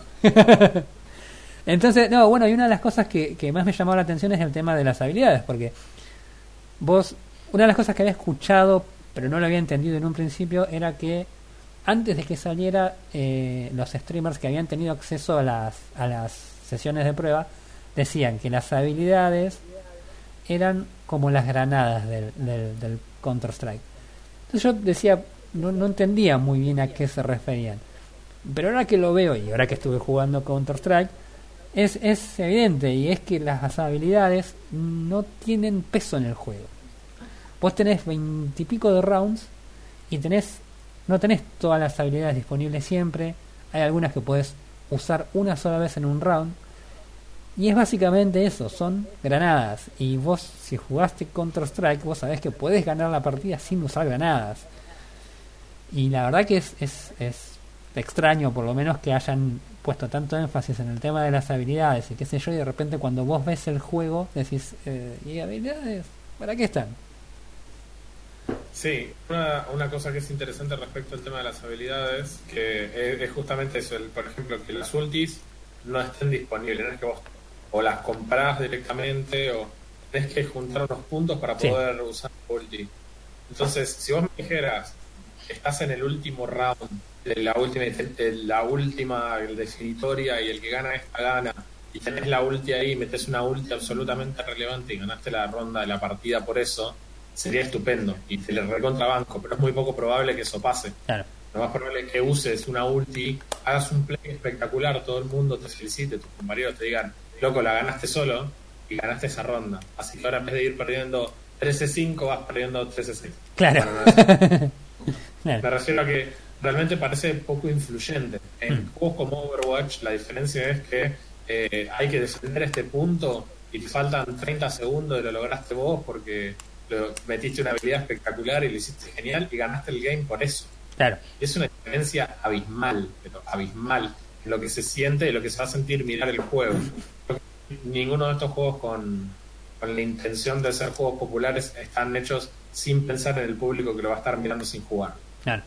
Entonces, no, bueno, y una de las cosas que, que más me llamó la atención es el tema de las habilidades, porque vos, una de las cosas que había escuchado, pero no lo había entendido en un principio, era que antes de que saliera, eh, los streamers que habían tenido acceso a las, a las sesiones de prueba, decían que las habilidades eran como las granadas del, del, del Counter-Strike. Entonces yo decía, no, no entendía muy bien a qué se referían. Pero ahora que lo veo y ahora que estuve jugando Counter-Strike, es, es evidente, y es que las habilidades no tienen peso en el juego. Vos tenés veintipico de rounds y tenés no tenés todas las habilidades disponibles siempre. Hay algunas que puedes usar una sola vez en un round. Y es básicamente eso, son granadas. Y vos, si jugaste Counter-Strike, vos sabés que podés ganar la partida sin usar granadas. Y la verdad que es, es, es extraño, por lo menos, que hayan puesto tanto énfasis en el tema de las habilidades y qué sé yo, y de repente cuando vos ves el juego decís, eh, ¿y habilidades? ¿Para qué están? Sí, una, una cosa que es interesante respecto al tema de las habilidades, que es, es justamente eso, el, por ejemplo, que las ultis no estén disponibles, no es que vos o las comprás directamente o tenés que juntar unos puntos para Sí. poder usar la ulti. Entonces, si vos me dijeras, estás en el último round, de la última, de la última definitoria y el que gana esta gana, y tenés la ulti ahí, metés una ulti absolutamente relevante y ganaste la ronda de la partida por eso, sería estupendo y te le recontrabanco, pero es muy poco probable que eso pase. Claro. Lo más probable es que uses una ulti, hagas un play espectacular, todo el mundo te felicite, tus compañeros te digan, loco, la ganaste solo y ganaste esa ronda. Así que ahora en vez de ir perdiendo trece cinco, vas perdiendo trece seis. Claro. Bueno, no es- Claro. me refiero a que realmente parece poco influyente. En Mm. juegos como Overwatch, la diferencia es que eh, hay que defender este punto y te faltan treinta segundos y lo lograste vos porque lo, metiste una habilidad espectacular y lo hiciste genial y ganaste el game por eso. Claro. Es una diferencia abismal, pero abismal, en lo que se siente y lo que se va a sentir mirar el juego. Ninguno de estos juegos con, con la intención de ser juegos populares están hechos sin pensar en el público que lo va a estar mirando sin jugar. Claro.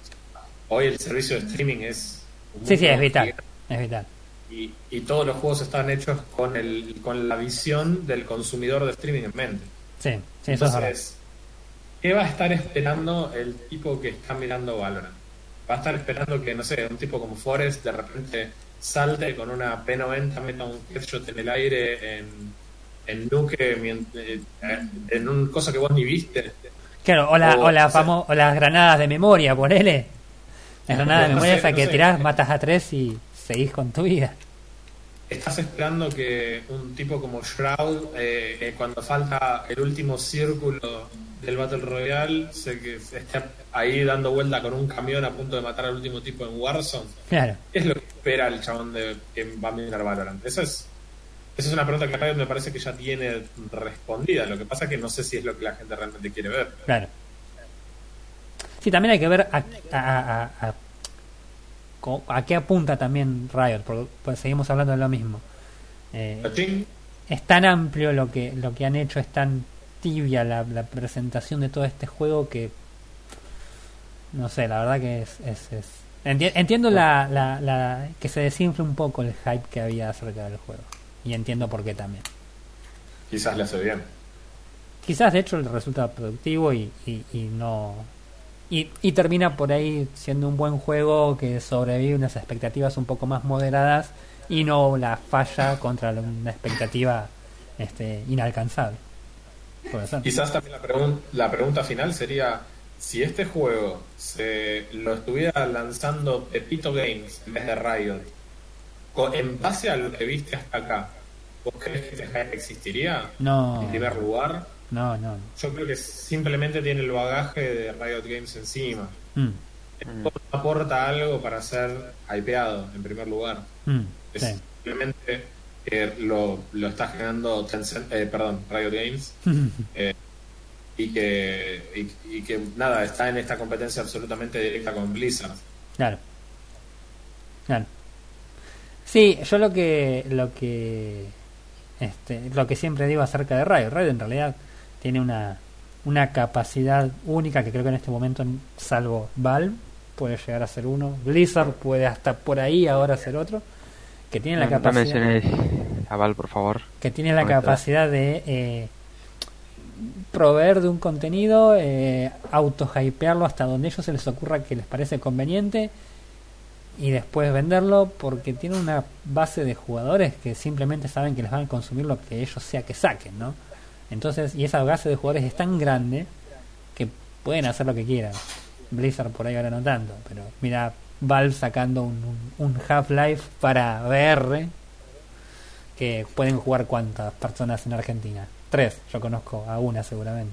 Hoy el servicio de streaming es un Sí, sí, es mundo vital. gigante Es vital. y, y todos los juegos están hechos con el con la visión del consumidor de streaming en mente. Sí, sí, eso es verdad. Entonces, ¿qué va a estar esperando el tipo que está mirando Valorant? Va a estar esperando que, no sé, un tipo como Forrest de repente salte con una P noventa, meta un headshot en el aire en, en nuke, mien- eh, en un cosa que vos ni viste. Claro, o, la, O- o, la o sea- famo- o las granadas de memoria, ponele. Las granadas de No memoria sé, esa no que sé. tirás, matas a tres y seguís con tu vida. Estás esperando que un tipo como Shroud, eh, eh, cuando falta el último círculo del Battle Royale, se, que esté ahí dando vuelta con un camión a punto de matar al último tipo en Warzone. Claro. Es lo que espera el chabón de que va a mirar Valorant. Eso es, esa es una pregunta que Riot me parece que ya tiene respondida. Lo que pasa es que no sé si es lo que la gente realmente quiere ver. Claro. Sí, también hay que ver a, a, a, a, a qué apunta también Riot, porque pues seguimos hablando de lo mismo. Eh, es tan amplio lo que lo que han hecho, es tan tibia la, la presentación de todo este juego que no sé, la verdad que es, es, es... Enti- entiendo la, la, la que se desinfle un poco el hype que había acerca del juego, y entiendo por qué también. Quizás le hace bien, quizás de hecho le resulta productivo y, y, y no y, y termina por ahí siendo un buen juego que sobrevive unas expectativas un poco más moderadas y no la falla contra una expectativa este inalcanzable. Quizás también la, pregun- la pregunta final sería: si este juego se lo estuviera lanzando Pepito Games en vez de Riot, con, en base a lo que viste hasta acá, ¿vos crees que este hype existiría? No. En primer lugar, no, no. yo creo que simplemente tiene el bagaje de Riot Games encima. Mm. No aporta algo para ser hypeado, en primer lugar. Mm, es sí. simplemente que lo, lo está generando Tencent, eh, perdón, Riot Games. eh, y que y, y que nada, está en esta competencia absolutamente directa con Blizzard. Claro. Claro. Sí, yo lo que lo que este lo que siempre digo acerca de Riot, Riot en realidad tiene una una capacidad única que creo que en este momento, salvo Valve, puede llegar a ser uno, Blizzard puede hasta por ahí ahora ser otro, que tiene no, la capacidad. No menciones a Valve, por favor. Que tiene la capacidad de eh, proveer de un contenido, eh, auto-hypearlo hasta donde ellos se les ocurra que les parece conveniente y después venderlo, porque tiene una base de jugadores que simplemente saben que les van a consumir lo que ellos sea que saquen, ¿no? Entonces, y esa base de jugadores es tan grande que pueden hacer lo que quieran. Blizzard por ahí ahora no tanto, pero mira Valve sacando un, un, un Half-Life para V R que pueden jugar cuántas personas en Argentina. Tres, yo conozco a una seguramente.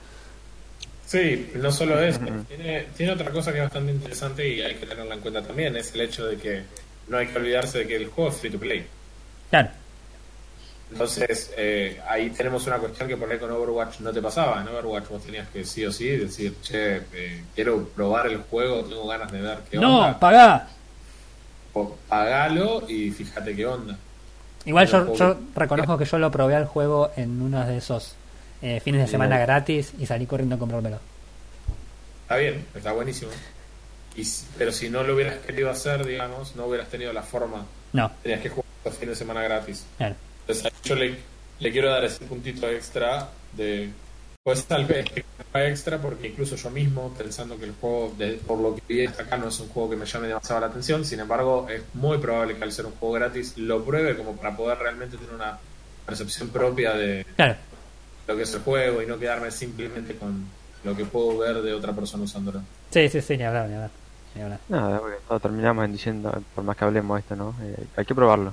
Sí, no solo eso, tiene, tiene otra cosa que es bastante interesante y hay que tenerla en cuenta también, es el hecho de que no hay que olvidarse de que el juego es free to play. Claro. Entonces, eh, ahí tenemos una cuestión que por ahí con Overwatch no te pasaba. En Overwatch vos tenías que sí o sí decir, che, eh, quiero probar el juego, tengo ganas de ver qué no, onda. No, pagá. O pagalo y fíjate qué onda. Igual yo, yo reconozco que yo lo probé al juego en uno de esos eh, fines de semana gratis y salí corriendo a comprármelo. Está bien, está buenísimo. Y, pero si no lo hubieras querido hacer, digamos, no hubieras tenido la forma. No. Tenías que jugar los fines de semana gratis. Claro. Entonces yo le, le quiero dar ese puntito extra de... Pues tal vez extra porque incluso yo mismo, pensando que el juego, de, por lo que vi hasta acá, no es un juego que me llame demasiado la atención, sin embargo es muy probable que al ser un juego gratis lo pruebe como para poder realmente tener una percepción propia de claro. lo que es el juego y no quedarme simplemente con lo que puedo ver de otra persona usándolo. Sí, sí, sí, ni hablar, ni hablar. Ni hablar. Nada, porque todo terminamos en diciendo, por más que hablemos de esto, ¿no? Eh, hay que probarlo.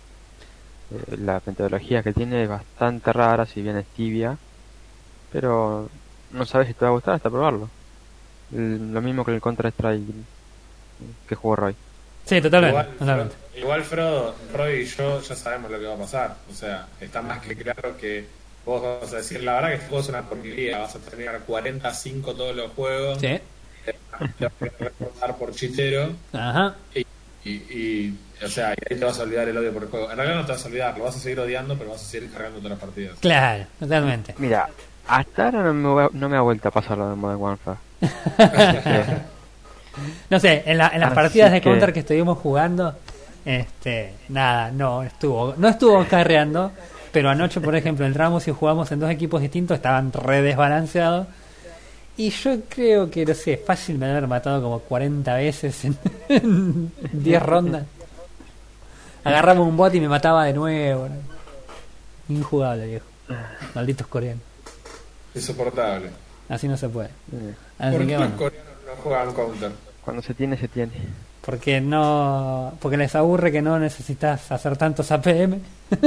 Eh, la metodología que tiene es bastante rara, si bien es tibia, pero no sabes si te va a gustar hasta probarlo. El, lo mismo que el Counter-Strike que jugó Roy. Sí, totalmente. Igual, totalmente. Frodo, igual Frodo, Roy y yo ya sabemos lo que va a pasar. O sea, está más que claro que vos vas a decir, la verdad que este juego es una porquería, vas a terminar cuarenta a cinco todos los juegos. Sí. Te vas a reportar por chitero. Ajá. Y, y, y, o sea, y ahí te vas a olvidar el odio por el juego. En realidad no te vas a olvidar, lo vas a seguir odiando, pero vas a seguir cargando todas las partidas. Claro, totalmente. Mira, hasta ahora no me, no me ha vuelto a pasar lo de Modern Warfare. No sé, en, la, en las Así partidas de que... Counter que estuvimos jugando, este, nada, no estuvo, no estuvo carreando, pero anoche, por ejemplo, entramos y jugamos en dos equipos distintos, estaban re desbalanceados. Y yo creo que, no sé, fácil me haber matado como cuarenta veces en, en diez rondas. Agarramos un bot y me mataba de nuevo. ¿No? Injugable, viejo. Malditos coreanos. Insoportable. Así no se puede. Así ¿Por que, qué bueno, los coreanos no juegan Counter? Cuando se tiene, se tiene. Porque no, porque les aburre que no necesitas hacer tantos A P M.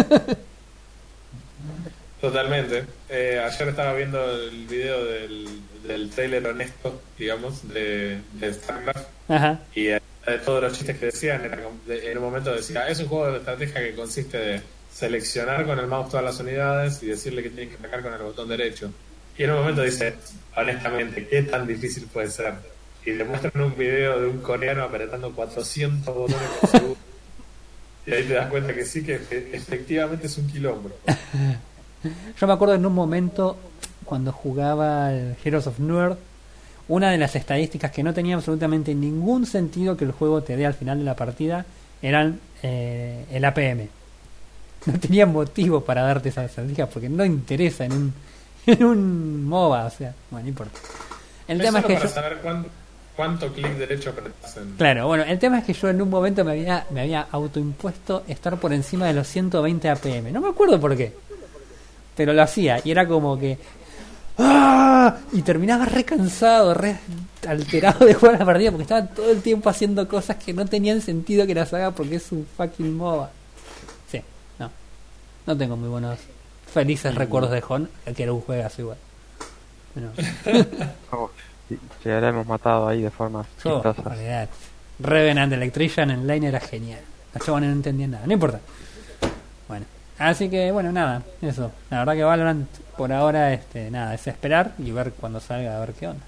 Totalmente. Eh, ayer estaba viendo el video del, del trailer honesto, digamos, de, de StarCraft. Ajá. Y eh, todos los chistes que decían, era, como- de- en un momento decía, es un juego de estrategia que consiste de seleccionar con el mouse todas las unidades y decirle que tienen que atacar con el botón derecho. Y en un momento dice, honestamente, ¿qué tan difícil puede ser? Y le muestran un video de un coreano apretando cuatrocientos botones por segundo. Y ahí te das cuenta que sí, que efectivamente es un quilombo. Yo me acuerdo en un momento, cuando jugaba el Heroes of Nerd, una de las estadísticas que no tenía absolutamente ningún sentido que el juego te dé al final de la partida eran eh, el A P M. No tenía motivo para darte esas estadísticas porque no interesa en un, en un MOBA, o sea, bueno, no importa. El es tema es que para yo... saber cuánto, cuánto clic derecho apretas en... Claro, bueno, el tema es que yo en un momento me había, me había autoimpuesto estar por encima de los ciento veinte A P M. No me acuerdo por qué, pero lo hacía y era como que... ¡Ah! Y terminaba re cansado, re alterado de jugar la partida porque estaba todo el tiempo haciendo cosas que no tenían sentido que las haga porque es un fucking MOBA. Sí, no. No tengo muy buenos, felices mm. recuerdos de Hon, que era un juegazo igual. Pero... oh, sí, se la hemos matado ahí de forma oh, chistosa. Revenant Electrician en lane era genial. Los chavales no entendían nada, no importa. Bueno, así que bueno, nada, eso. La verdad que Valorant por ahora, este, nada, es esperar y ver cuando salga, a ver qué onda.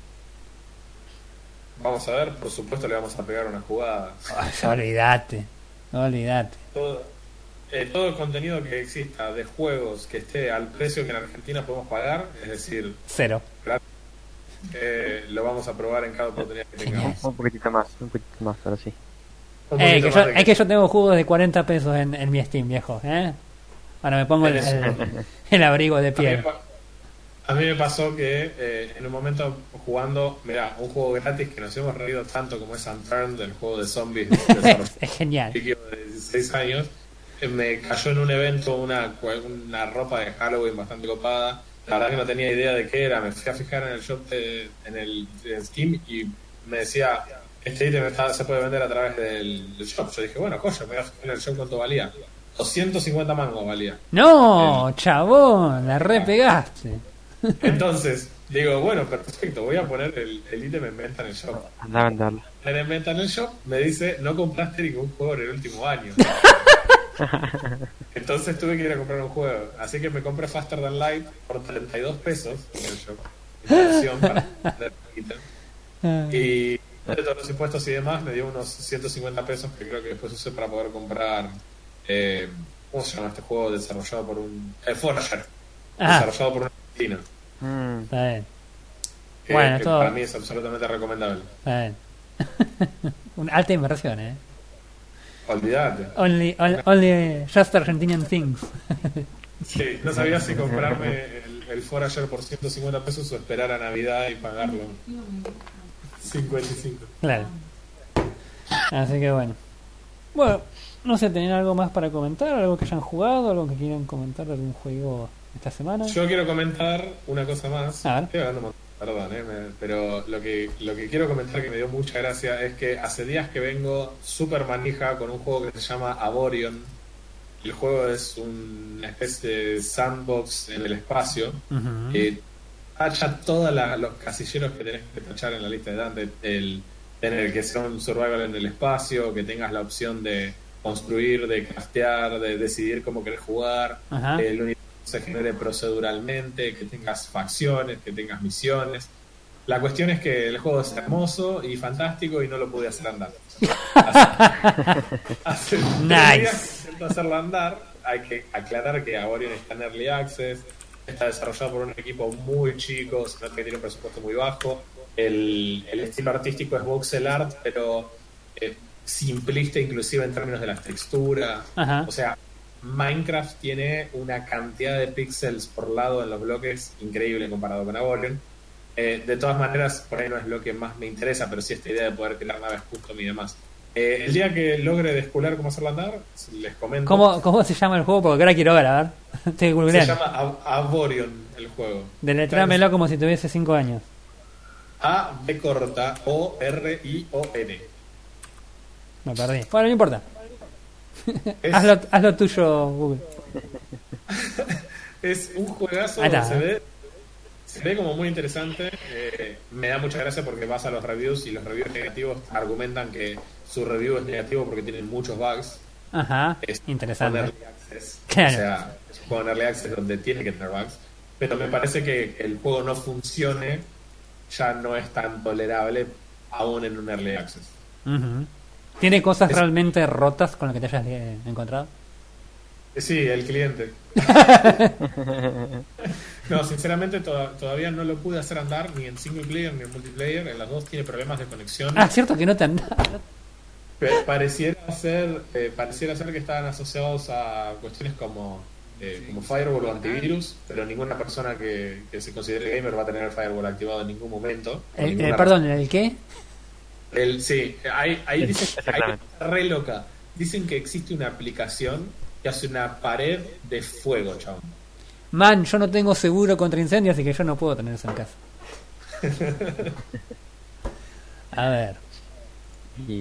Vamos a ver, por supuesto le vamos a pegar una jugada. Oh, olvídate, olvídate. Todo, eh, todo el contenido que exista de juegos que esté al precio que en Argentina podemos pagar, es decir, cero. Claro, eh, lo vamos a probar en cada oportunidad que tengamos. Un poquitito más, un poquitito más, ahora sí. Eh, que yo, que... Es que yo tengo juegos de cuarenta pesos en, en mi Steam, viejo, ¿eh? Ahora me pongo el, el, el abrigo de piel. A mí me pasó que eh, en un momento jugando, mira, un juego gratis que nos hemos reído tanto como es Unturned, el juego de zombies de es genial. De dieciséis años, eh, me cayó en un evento una, una ropa de Halloween bastante copada. La verdad que no tenía idea de qué era. Me fui a fijar en el shop de, en el en Steam y me decía, este ítem está, se puede vender a través del, del shop. Yo dije, bueno, coño, me voy a fijar en el shop cuánto valía. doscientos cincuenta mangos valía. No, el... chabón, la repegaste. Entonces, digo, bueno, perfecto, voy a poner el, el ítem en venta en el shop. Anda a venderlo. En venta en el shop me dice, no compraste ningún juego en el último año. Entonces tuve que ir a comprar un juego. Así que me compré Faster Than Light por treinta y dos pesos en el shop. Inversión para vender el ítem. Y de todos los impuestos y demás me dio unos ciento cincuenta pesos que creo que después usé para poder comprar... Eh, ¿cómo se llama este juego desarrollado por un... El Forager. Ah. Desarrollado por un argentino. Mm, está bien. Que, bueno, que todo... para mí es absolutamente recomendable. Está bien. Una alta inversión, ¿eh? Olvídate. Only, only, only just Argentinian things. Sí, no sabía si comprarme el, el Forager por ciento cincuenta pesos o esperar a Navidad y pagarlo cincuenta y cinco. Claro. Así que bueno. Bueno, no sé, ¿tenían algo más para comentar? ¿Algo que hayan jugado? ¿Algo que quieran comentar de algún juego esta semana? Yo quiero comentar una cosa más. A ver. Estoy hablando, perdón, eh, me, pero lo que, lo que quiero comentar que me dio mucha gracia es que hace días que vengo súper manija con un juego que se llama Aborion. El juego es una especie de sandbox en el espacio uh-huh. que tacha todos los casilleros que tenés que tachar en la lista de Dante. El tener que sea un survival en el espacio, que tengas la opción de construir, de craftear, de decidir cómo querés jugar, uh-huh. que el universo se genere proceduralmente, que tengas facciones, que tengas misiones. La cuestión es que el juego es hermoso y fantástico y no lo pude hacer andar. Hace, hace nice. días que intento hacerlo andar. Hay que aclarar que Aborion está en Early Access, está desarrollado por un equipo muy chico, se nota que tiene un presupuesto muy bajo. El, el estilo artístico es voxel art, pero eh, simplista inclusive en términos de las texturas. Ajá. O sea, Minecraft tiene una cantidad de píxeles por lado en los bloques increíble comparado con Aborion. Eh, de todas maneras, por ahí no es lo que más me interesa, pero sí esta idea de poder crear naves custom y demás. Eh, el día que logre descubrir cómo hacerlo andar, les comento. ¿Cómo, ¿Cómo se llama el juego? Porque ahora quiero ver, a ver. Estoy se llama Ab- Aborion el juego. Deletrámelo como si tuviese cinco años. A, B corta, O, R, I, O, N. Me perdí. Bueno, no importa. Es... hazlo, hazlo tuyo, Google. Es un juegazo donde se ve, se ve como muy interesante. Eh, me da mucha gracia porque vas a los reviews y los reviews negativos argumentan que su review es negativo porque tienen muchos bugs. Ajá, es interesante. access, Claro. o sea, es un juego en early access donde tiene que tener bugs, pero me parece que el juego no funcione ya no es tan tolerable aún en un early access. Ujú. ¿Tiene cosas Es- realmente rotas con las que te hayas eh, encontrado? Eh, Sí, el cliente. No, sinceramente to- todavía no lo pude hacer andar ni en single player ni en multiplayer. En las dos tiene problemas de conexión. Ah, cierto que no te anda. Pe- Pareciera ser, eh, pareciera ser que estaban asociados a cuestiones como, eh, como firewall o antivirus, pero ninguna persona que, que se considere gamer va a tener el firewall activado en ningún momento. por Eh, ninguna eh, perdón, ¿el qué? razón. El, sí, ahí, ahí dicen, hay Exactamente. una cosa re loca. Dicen que existe una aplicación que hace una pared de fuego, chabón. Man, yo no tengo seguro contra incendios, así que yo no puedo tener eso en casa. A ver. Y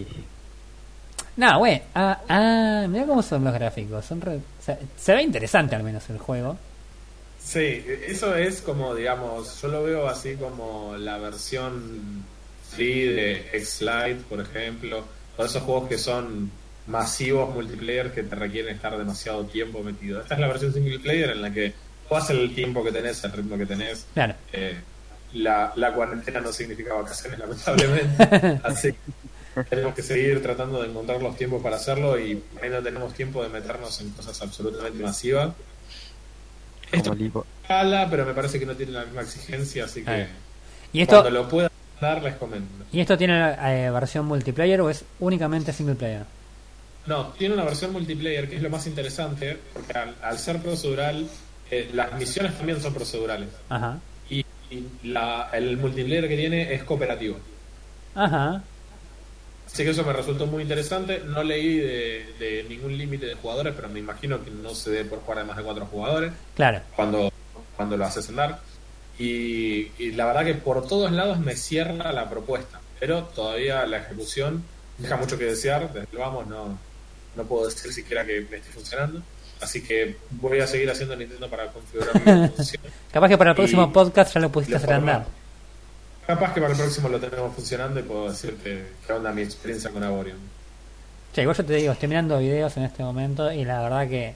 No, güey. Ah, ah, mira cómo son los gráficos. Son re- se, se ve interesante al menos el juego. Sí, eso es como, digamos, yo lo veo así como la versión free de X-Lite, por ejemplo, todos esos juegos que son masivos multiplayer que te requieren estar demasiado tiempo metido. Esta es la versión single player en la que vas el tiempo que tenés, el ritmo que tenés. Claro. Eh, la, la cuarentena no significa vacaciones, lamentablemente, así que tenemos que seguir tratando de encontrar los tiempos para hacerlo y ahí no tenemos tiempo de meternos en cosas absolutamente masivas. Esto como Libo. escala, pero me parece que no tiene la misma exigencia, así que Ah. ¿Y esto, cuando lo pueda dar les comento. ¿Y esto tiene eh, versión multiplayer o es únicamente single player? No, tiene una versión multiplayer que es lo más interesante, porque al, al ser procedural, eh, las misiones también son procedurales. Ajá. Y, y la, el multiplayer que tiene es cooperativo. Ajá. Así que eso me resultó muy interesante. No leí de, de ningún límite de jugadores, pero me imagino que no se dé por jugar de más de cuatro jugadores Claro. cuando, cuando lo haces andar. Y, y la verdad que por todos lados me cierra la propuesta, pero todavía la ejecución deja mucho que desear. Desde el vamos no, no puedo decir siquiera que me esté funcionando. Así que voy a seguir haciendo Nintendo para configurar mi función. Capaz que para el próximo Y- podcast ya lo pudiste lo hacer andar. Capaz que para el próximo lo tenemos funcionando y puedo decirte qué onda mi experiencia con Aborion. Che, igual yo te digo, estoy mirando videos en este momento y la verdad que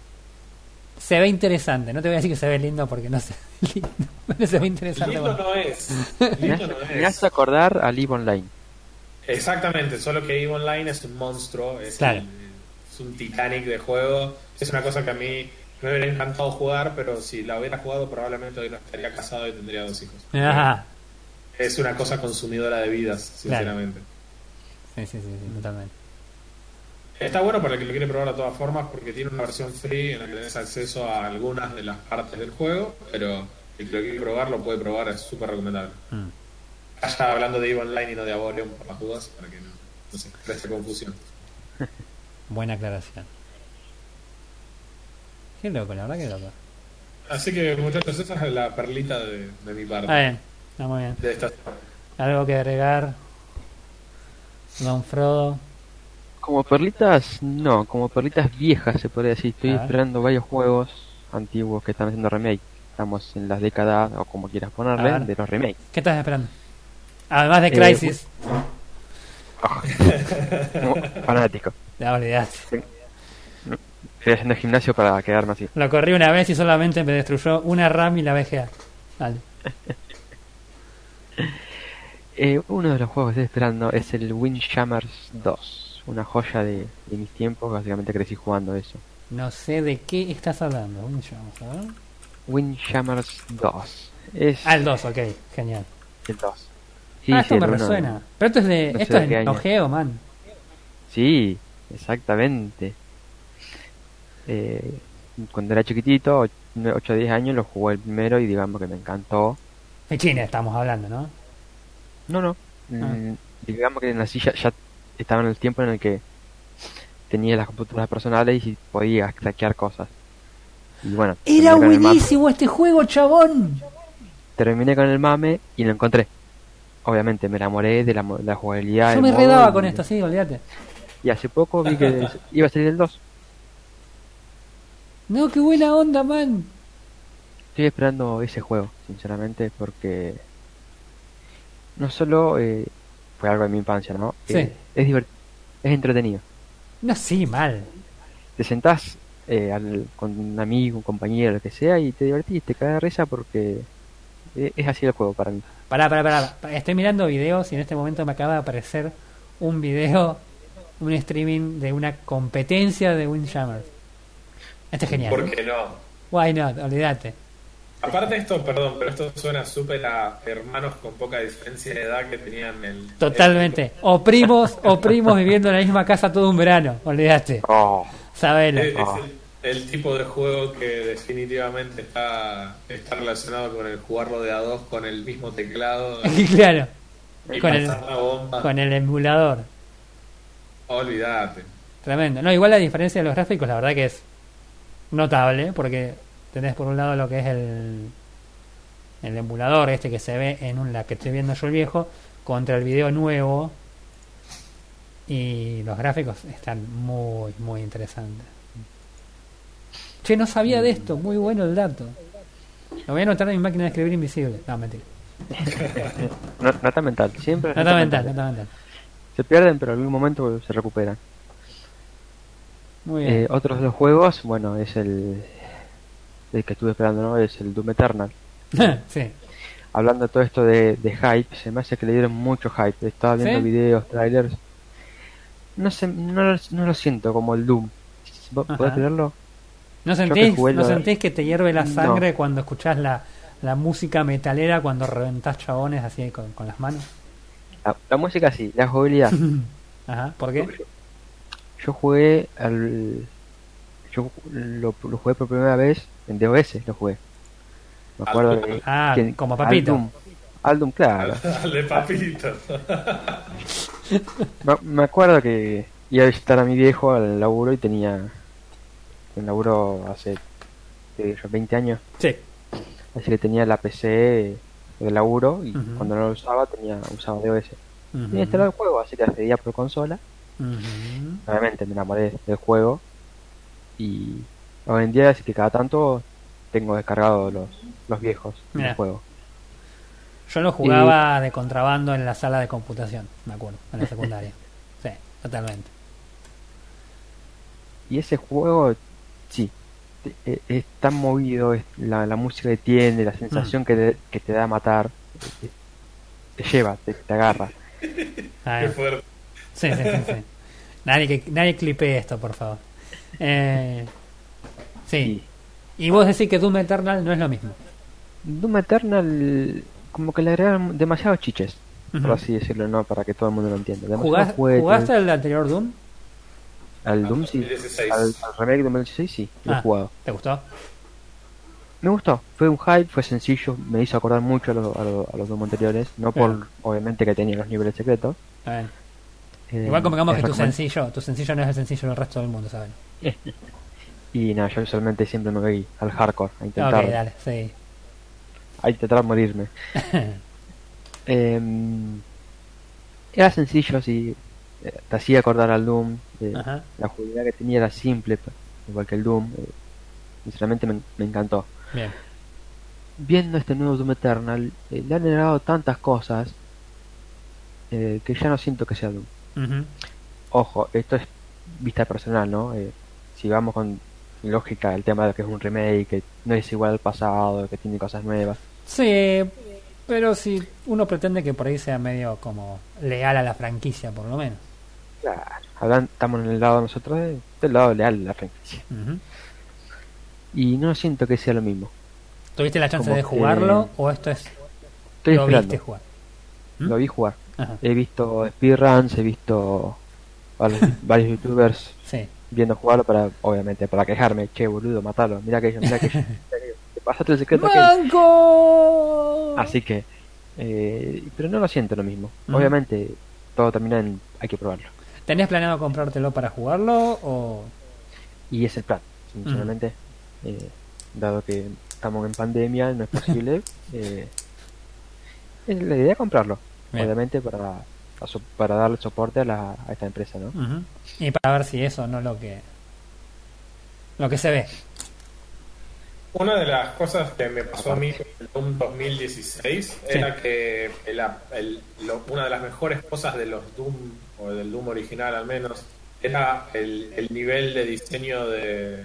se ve interesante. No te voy a decir que se ve lindo porque no se ve lindo, pero se ve interesante. Lindo bueno. no es. Me Lindo no hace, me es. hace acordar a Live Online. Exactamente, solo que EVE Online es un monstruo, es, Claro. el- es un Titanic de juego. Es una cosa que a mí me hubiera encantado jugar, pero si la hubiera jugado probablemente hoy no estaría casado y tendría dos hijos. Ajá. Es una cosa consumidora de vidas, sinceramente. Sí, sí, sí, sí, totalmente. Está bueno para el que lo quiere probar de todas formas porque tiene una versión free en la que tenés acceso a algunas de las partes del juego, pero el que lo quiere probar lo puede probar, es súper recomendable. Mm. Allá hablando de EVE Online y no de Aborion por las dudas, para que no, no se preste confusión. Buena aclaración. Qué loco, la verdad que loco. Así que muchachos, esa es la perlita de, de mi parte. Está bien, está muy bien. De esta ¿Algo que agregar? Don Frodo. Como perlitas, no, como perlitas viejas se podría decir. Estoy A ver. esperando varios juegos antiguos que están haciendo remake. Estamos en las décadas, o como quieras A ponerle, ver. de los remakes. ¿Qué estás esperando? Además de Eh, Crisis. Como fanático. Ya olvidaste. Estoy haciendo gimnasio para quedarme así. Lo corrí una vez y solamente me destruyó una RAM y la V G A. Dale. Eh, uno de los juegos que estoy esperando es el Windjammers dos. Una joya de, de mis tiempos, básicamente crecí jugando eso. No sé de qué estás hablando. ¿Cómo se llama? A ver. Windjammers dos. Es Ah, el dos, ok, genial. el dos. Sí, ah, sí, esto el me uno- resuena. Pero esto es de. no sé esto de es qué de año. Neo Geo, man. Sí, exactamente. Eh, cuando era chiquitito, ocho o diez años, lo jugué el primero y digamos que me encantó. Fechines estamos hablando, ¿no? No, no. Ah. Mm, digamos que nací ya, ya estaba en el tiempo en el que tenía las computadoras personales y podía hackear cosas. Y bueno, Era terminé con el mame- buenísimo este juego, chabón. terminé con el mame y lo encontré. Obviamente me enamoré de la, mo- de la jugabilidad. Yo del me modo redaba y- con esto, sí, olvídate. Y hace poco vi que iba a salir el dos. No, qué buena onda, man. Estoy esperando ese juego, sinceramente, porque no solo eh, fue algo de mi infancia, ¿no? Sí. Eh, es divertido, es entretenido. No, sí, mal. Te sentás eh, al- con un amigo, un compañero, lo que sea, y te divertís, te caes de risa porque eh, es así el juego para mí. Pará, pará, pará. Pa- Estoy mirando videos y en este momento me acaba de aparecer un video, un streaming de una competencia de Windjammer. Este es genial. ¿Por qué no? Why not? Olvídate. Aparte esto, perdón, pero esto suena súper a hermanos con poca diferencia de edad que tenían el... Totalmente. O primos, o primos viviendo en la misma casa todo un verano. Olvídate. Oh, Sabelo. Es, es el, el tipo de juego que definitivamente está, está relacionado con el jugarlo de a dos con el mismo teclado Claro. y Con el, pasar la bomba. con el emulador. Olvídate. Tremendo. No, igual la diferencia de los gráficos, la verdad que es notable, porque tenés por un lado lo que es el el emulador este que se ve en un, la que estoy viendo yo el viejo, contra el video nuevo, y los gráficos están muy, muy interesantes. Che, no sabía de esto, muy bueno el dato. Lo voy a anotar en mi máquina de escribir invisible. No, mentira. no- nota mental, siempre es Nota mental, nota mental. Se pierden, pero en algún momento se recuperan. Muy bien. Eh, otros dos juegos, bueno, es el, el que estuve esperando, ¿no? Es el Doom Eternal. Sí. Hablando de todo esto de, de hype, se me hace que le dieron mucho hype. Estaba viendo ¿Sí? videos, trailers. No sé, no, lo- no lo siento como el Doom. ¿Vos Ajá. podés creerlo? ¿No Yo que sentís, jugué ¿no lo- sentís que te hierve la No. sangre cuando escuchás la, la música metalera, cuando reventás chabones así con, con las manos? La, la música sí, la jugabilidad. Ajá, ¿por qué? Yo jugué al. Yo lo, lo jugué por primera vez en DOS, lo jugué. Me acuerdo Al- de. Ah, que- como Papito. Al Doom, al Doom, claro. Al de papito. Me, me acuerdo que iba a visitar a mi viejo al laburo y tenía. Un laburo hace. ¿qué digo yo? veinte años. Sí. Así que tenía la P C de laburo y Ujú. cuando no lo usaba, tenía usaba DOS. Ujú. Tenía instalado el juego, así que accedía por consola. Ujú. Obviamente me enamoré del juego y hoy en día así que cada tanto tengo descargados los, los viejos Mirá. del juego. Yo lo jugaba de contrabando en la sala de computación, me acuerdo, en la secundaria. Sí, totalmente. Y ese juego, sí, te- e- es tan movido, es la, la música que tiene, la sensación que, te, que te da matar, te, te lleva, te, te agarra. Ah, Qué fuerte. sí, sí, sí, sí. Nadie, que, nadie clipee esto, por favor. Eh, sí. Y vos decís que Doom Eternal no es lo mismo. Doom Eternal, como que le agregaron demasiados chiches, por Ujú. así decirlo, no para que todo el mundo lo entienda. ¿Jugás- Demasiados juguetes. ¿Jugaste al anterior Doom? Al Doom, sí. dos mil dieciséis. Al, al remake de dos mil dieciséis, sí, lo Ah. he jugado. ¿Te gustó? Me gustó, fue un hype, fue sencillo, me hizo acordar mucho a, lo- a, lo- a los Doom anteriores, no por, Bien. obviamente, que tenía los niveles secretos. Está bien. Eh, Igual convengamos es que tu recomend- sencillo, tu sencillo no es el sencillo del resto del mundo, ¿saben? Y nada, yo usualmente siempre me voy al hardcore, a Ok, intentar, dale, sí. a intentar morirme. Em, era sencillo, sí, eh, te hacía acordar al Doom, eh, Ajá. la jugabilidad que tenía era simple, p- igual que el Doom, eh, sinceramente me, me encantó. Bien. Viendo este nuevo Doom Eternal, eh, le han agregado tantas cosas eh, que ya no siento que sea Doom. Ujú. Ojo, esto es vista personal, ¿no? Eh, si vamos con lógica, el tema de que es un remake, que no es igual al pasado, que tiene cosas nuevas. Sí, pero si uno pretende que por ahí sea medio como leal a la franquicia, por lo menos. Claro, hablan, estamos en el lado nosotros de- del lado leal de la franquicia. Ujú. Y no siento que sea lo mismo. ¿Tuviste la chance Como de que- jugarlo o esto es Estoy lo esperando, viste jugar? ¿Mm? lo vi jugar. Ajá. He visto speedruns, he visto varios, varios youtubers Sí. viendo jugarlo para, obviamente, para quejarme. Che, boludo, matalo, mira aquello, mira aquello. Mira aquello. Te pasaste el secreto aquel. ¡Banco! Así que, eh, pero no lo siento lo mismo. Ujú. Obviamente, todo termina en hay que probarlo. ¿Tenés planeado comprártelo para jugarlo o...? Y es el plan, sinceramente. Eh, dado que estamos en pandemia, no es posible. eh, es la idea de comprarlo, Bien. obviamente, para, a so- para darle soporte a, la, a esta empresa, ¿no? Ujú. Y para ver si eso no es lo que... Lo que se ve. Una de las cosas que me pasó a mí con el Doom dos mil dieciséis Sí. era que el- el- lo- una de las mejores cosas de los Doom, o del Doom original al menos, era el, el nivel de diseño de,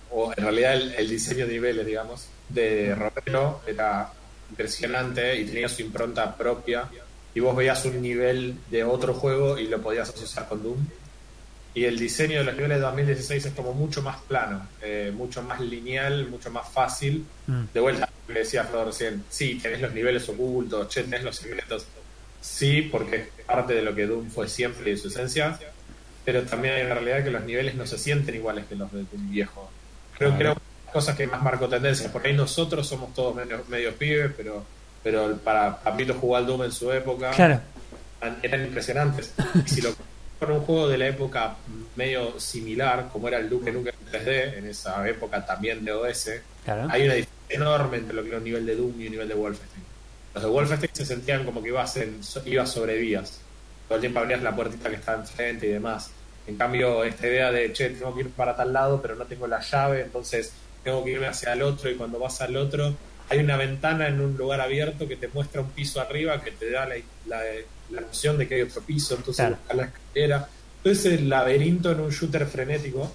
o en realidad el, el diseño de niveles, digamos, de Romero era impresionante y tenía su impronta propia. Y vos veías un nivel de otro juego y lo podías asociar con Doom. Y el diseño de los niveles de dos mil dieciséis es como mucho más plano, eh, mucho más lineal, mucho más fácil. Mm. De vuelta, lo que decía Flor recién, sí, tenés los niveles ocultos, che, tenés los secretos. Sí, porque es parte de lo que Doom fue siempre y su esencia. Pero también hay una realidad que los niveles no se sienten iguales que los de Doom viejo. Creo que eran cosas que más marcó tendencia. Por ahí nosotros somos todos medio, medio pibes, pero... pero para Papito jugó al Doom en su época, claro, eran impresionantes. Y si lo con un juego de la época medio similar, como era el Duke Nukem en tres D, en esa época también de O S, claro, hay una diferencia enorme entre lo que era un nivel de Doom y un nivel de Wolfenstein. Los de Wolfenstein se sentían como que ibas, en, ibas sobre vías. Todo el tiempo abrías la puertita que estaba enfrente y demás. En cambio, esta idea de, che, tengo que ir para tal lado, pero no tengo la llave, entonces tengo que irme hacia el otro, y cuando vas al otro hay una ventana en un lugar abierto que te muestra un piso arriba que te da la, la, la noción de que hay otro piso, entonces claro, buscar la escalera. Entonces el laberinto en un shooter frenético,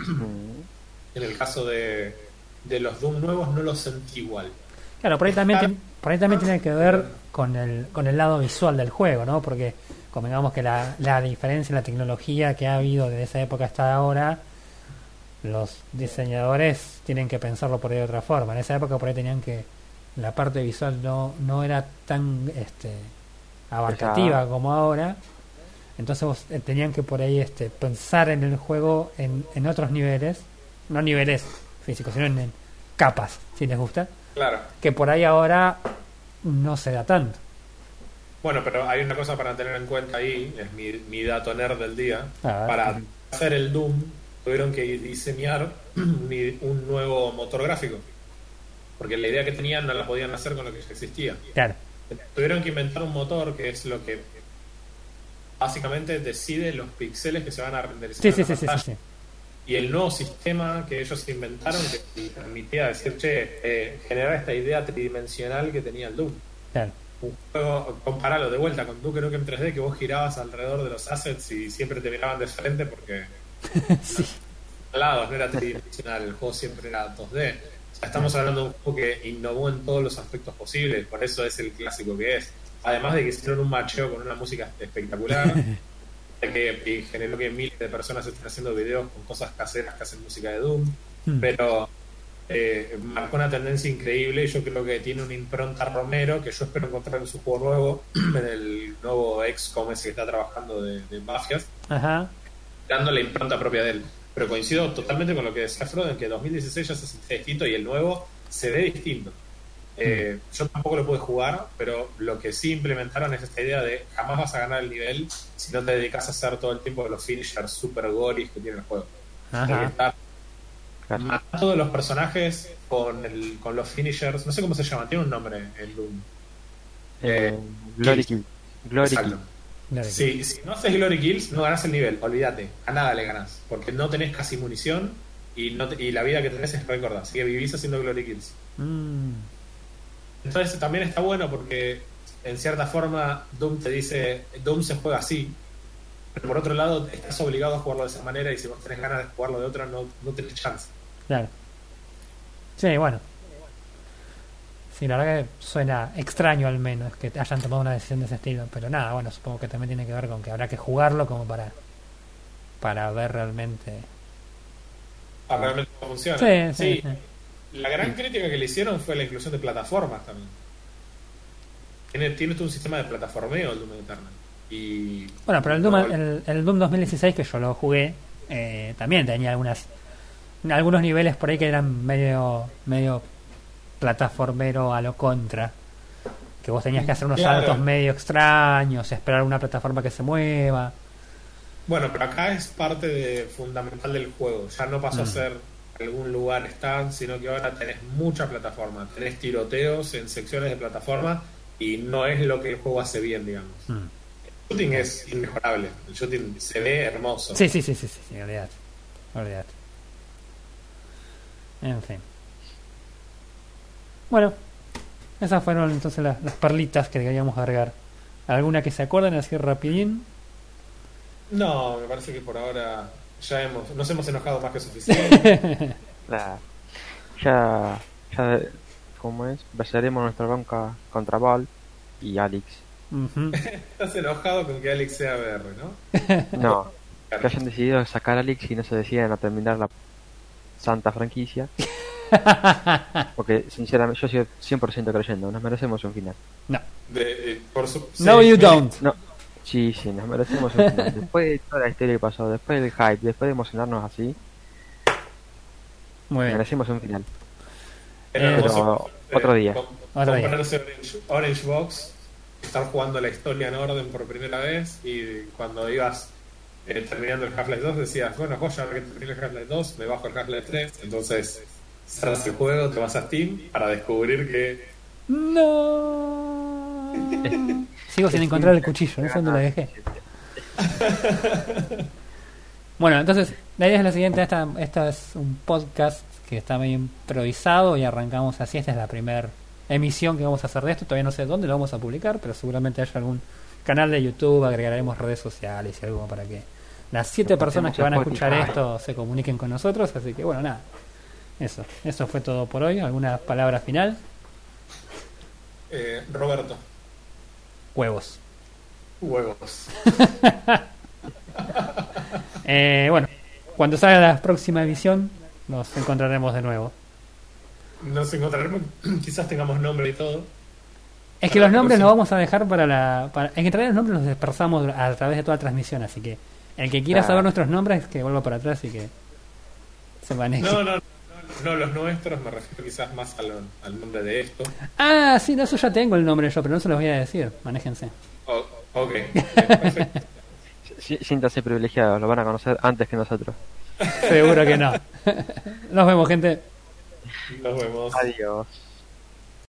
en el caso de, de los Doom nuevos, no lo sentí igual. Claro, por ahí también, ten, por ahí también tiene que ver con el, con el lado visual del juego, ¿no? Porque convengamos que la, la diferencia en la tecnología que ha habido desde esa época hasta ahora, los diseñadores tienen que pensarlo por ahí de otra forma. En esa época por ahí tenían que, la parte visual no, no era tan este abarcativa Ajá. como ahora, entonces vos, eh, tenían que por ahí este pensar en el juego en, en otros niveles, no niveles físicos, sino en, en capas, si les gusta, claro, que por ahí ahora no se da tanto. Bueno, pero hay una cosa para tener en cuenta ahí, es mi, mi dato nerd del día. Para hacer el Doom tuvieron que diseñar un nuevo motor gráfico, porque la idea que tenían no la podían hacer con lo que ya existía. Claro. Tuvieron que inventar un motor que es lo que básicamente decide los píxeles que se van a renderizar sí, en sí, la sí, pantalla. sí, sí. Y el nuevo sistema que ellos inventaron que permitía decir, che, eh, generar esta idea tridimensional que tenía el Doom. Claro. Un juego, comparalo de vuelta con Duke Nukem tres D, que vos girabas alrededor de los assets y siempre te miraban de frente porque sí. al lado no era tridimensional, el juego siempre era dos D. O sea, estamos hablando de un juego que innovó en todos los aspectos posibles, por eso es el clásico que es. Además de que hicieron un macheo con una música espectacular, que generó que miles de personas estén haciendo videos con cosas caseras que hacen música de Doom, mm. pero eh, marcó una tendencia increíble, y yo creo que tiene una impronta Romero que yo espero encontrar en su juego nuevo, en el nuevo X COM ese que está trabajando de, de mafias, Ajá. dando la impronta propia de él. Pero coincido totalmente con lo que decía Frodo, en que dos mil dieciséis ya se siente distinto y el nuevo se ve distinto. Eh, yo tampoco lo pude jugar, pero lo que sí implementaron es esta idea de jamás vas a ganar el nivel si no te dedicas a hacer todo el tiempo los finishers super goris que tiene el juego. Estar matando a todos los personajes con, el, con los finishers, no sé cómo se llama, tiene un nombre el Doom. Eh, Glory Kill. Glory Kill. Sí, si no haces Glory Kills no ganás el nivel, olvídate, a nada le ganás, porque no tenés casi munición y, no te, y la vida que tenés es récord, así que vivís haciendo Glory Kills. Mm. Entonces también está bueno porque en cierta forma Doom te dice, Doom se juega así, pero por otro lado estás obligado a jugarlo de esa manera, y si vos tenés ganas de jugarlo de otra no, no tenés chance. Claro. Sí, bueno. Sí, la verdad que suena extraño al menos que hayan tomado una decisión de ese estilo, pero nada, bueno, supongo que también tiene que ver con que habrá que jugarlo como para para ver realmente ah, realmente cómo funciona. Sí, sí, sí. sí. La gran crítica que le hicieron fue la inclusión de plataformas también. Tiene, tiene todo un sistema de plataformeo el Doom Eternal. Y bueno, pero el Doom, el, el Doom dos mil dieciséis que yo lo jugué eh, también tenía algunas algunos niveles por ahí que eran medio medio plataformero a lo contra, que vos tenías que hacer unos claro. saltos medio extraños, esperar una plataforma que se mueva. Bueno, pero acá es parte de, fundamental del juego. Ya no pasó mm. a ser algún lugar stand, sino que ahora tenés mucha plataforma, tenés tiroteos en secciones de plataforma, y no es lo que el juego hace bien, digamos. Mm. El shooting es inmejorable, el shooting se ve hermoso. Sí, sí, sí, sí, sí, sí, olvidate, olvidate. En fin. Bueno, esas fueron entonces las, las perlitas que queríamos agregar. ¿Alguna que se acuerden así rapidín? No, me parece que por ahora ya hemos nos hemos enojado más que suficiente. La- ya, ya, ¿cómo es? Versaremos nuestra bronca contra Val y Alex. Ujú. Estás enojado con que Alex sea B R, ¿no? No, que hayan decidido sacar a Alex y no se deciden a terminar la santa franquicia. Porque sinceramente yo soy cien por ciento creyendo, nos merecemos un final. No. De, eh, por su- No, sí, you me- don't. No, sí, sí, nos merecemos un final. Después de toda la historia que pasó, después del hype, después de emocionarnos así, Muy bien. merecemos un final. Era Eh, hermoso, pero otro día. com- Otro día. comprarse Orange, Orange Box, estar jugando la historia en orden por primera vez y cuando ibas eh, terminando el Half-Life dos decías, bueno, joya, ahora que terminé el Half-Life dos, me bajo el Half-Life tres, entonces cerras el juego, te vas a Steam para descubrir que No. Sigo sin encontrar el cuchillo, no sé dónde lo dejé. Bueno, entonces, la idea es la siguiente. Esta, esta es un podcast que está medio improvisado y arrancamos así. Esta es la primera emisión que vamos a hacer de esto. Todavía no sé dónde lo vamos a publicar, pero seguramente haya algún canal de YouTube, agregaremos redes sociales y algo para que las siete Lo personas que van a metemos a escuchar Spotify. esto se comuniquen con nosotros. Así que bueno, nada. Eso, eso fue todo por hoy. ¿Alguna palabra final? eh, Roberto, Huevos. huevos. Eh, bueno, cuando salga la próxima edición, nos encontraremos de nuevo. Nos encontraremos, quizás tengamos nombre y todo. Es que Para los la nombres próxima. los vamos a dejar para la. Para, es que en realidad los nombres los dispersamos a través de toda la transmisión, así que el que quiera Ah. saber nuestros nombres, que vuelva para atrás y que se maneje. No, no, no, no los nuestros, me refiero quizás más al, al nombre de esto. Ah, sí, de eso ya tengo el nombre yo, pero no se los voy a decir. Manéjense. Oh, ok, perfecto. Sí, siéntanse privilegiados, lo van a conocer antes que nosotros. Seguro que no. Nos vemos, gente. Nos vemos. Adiós.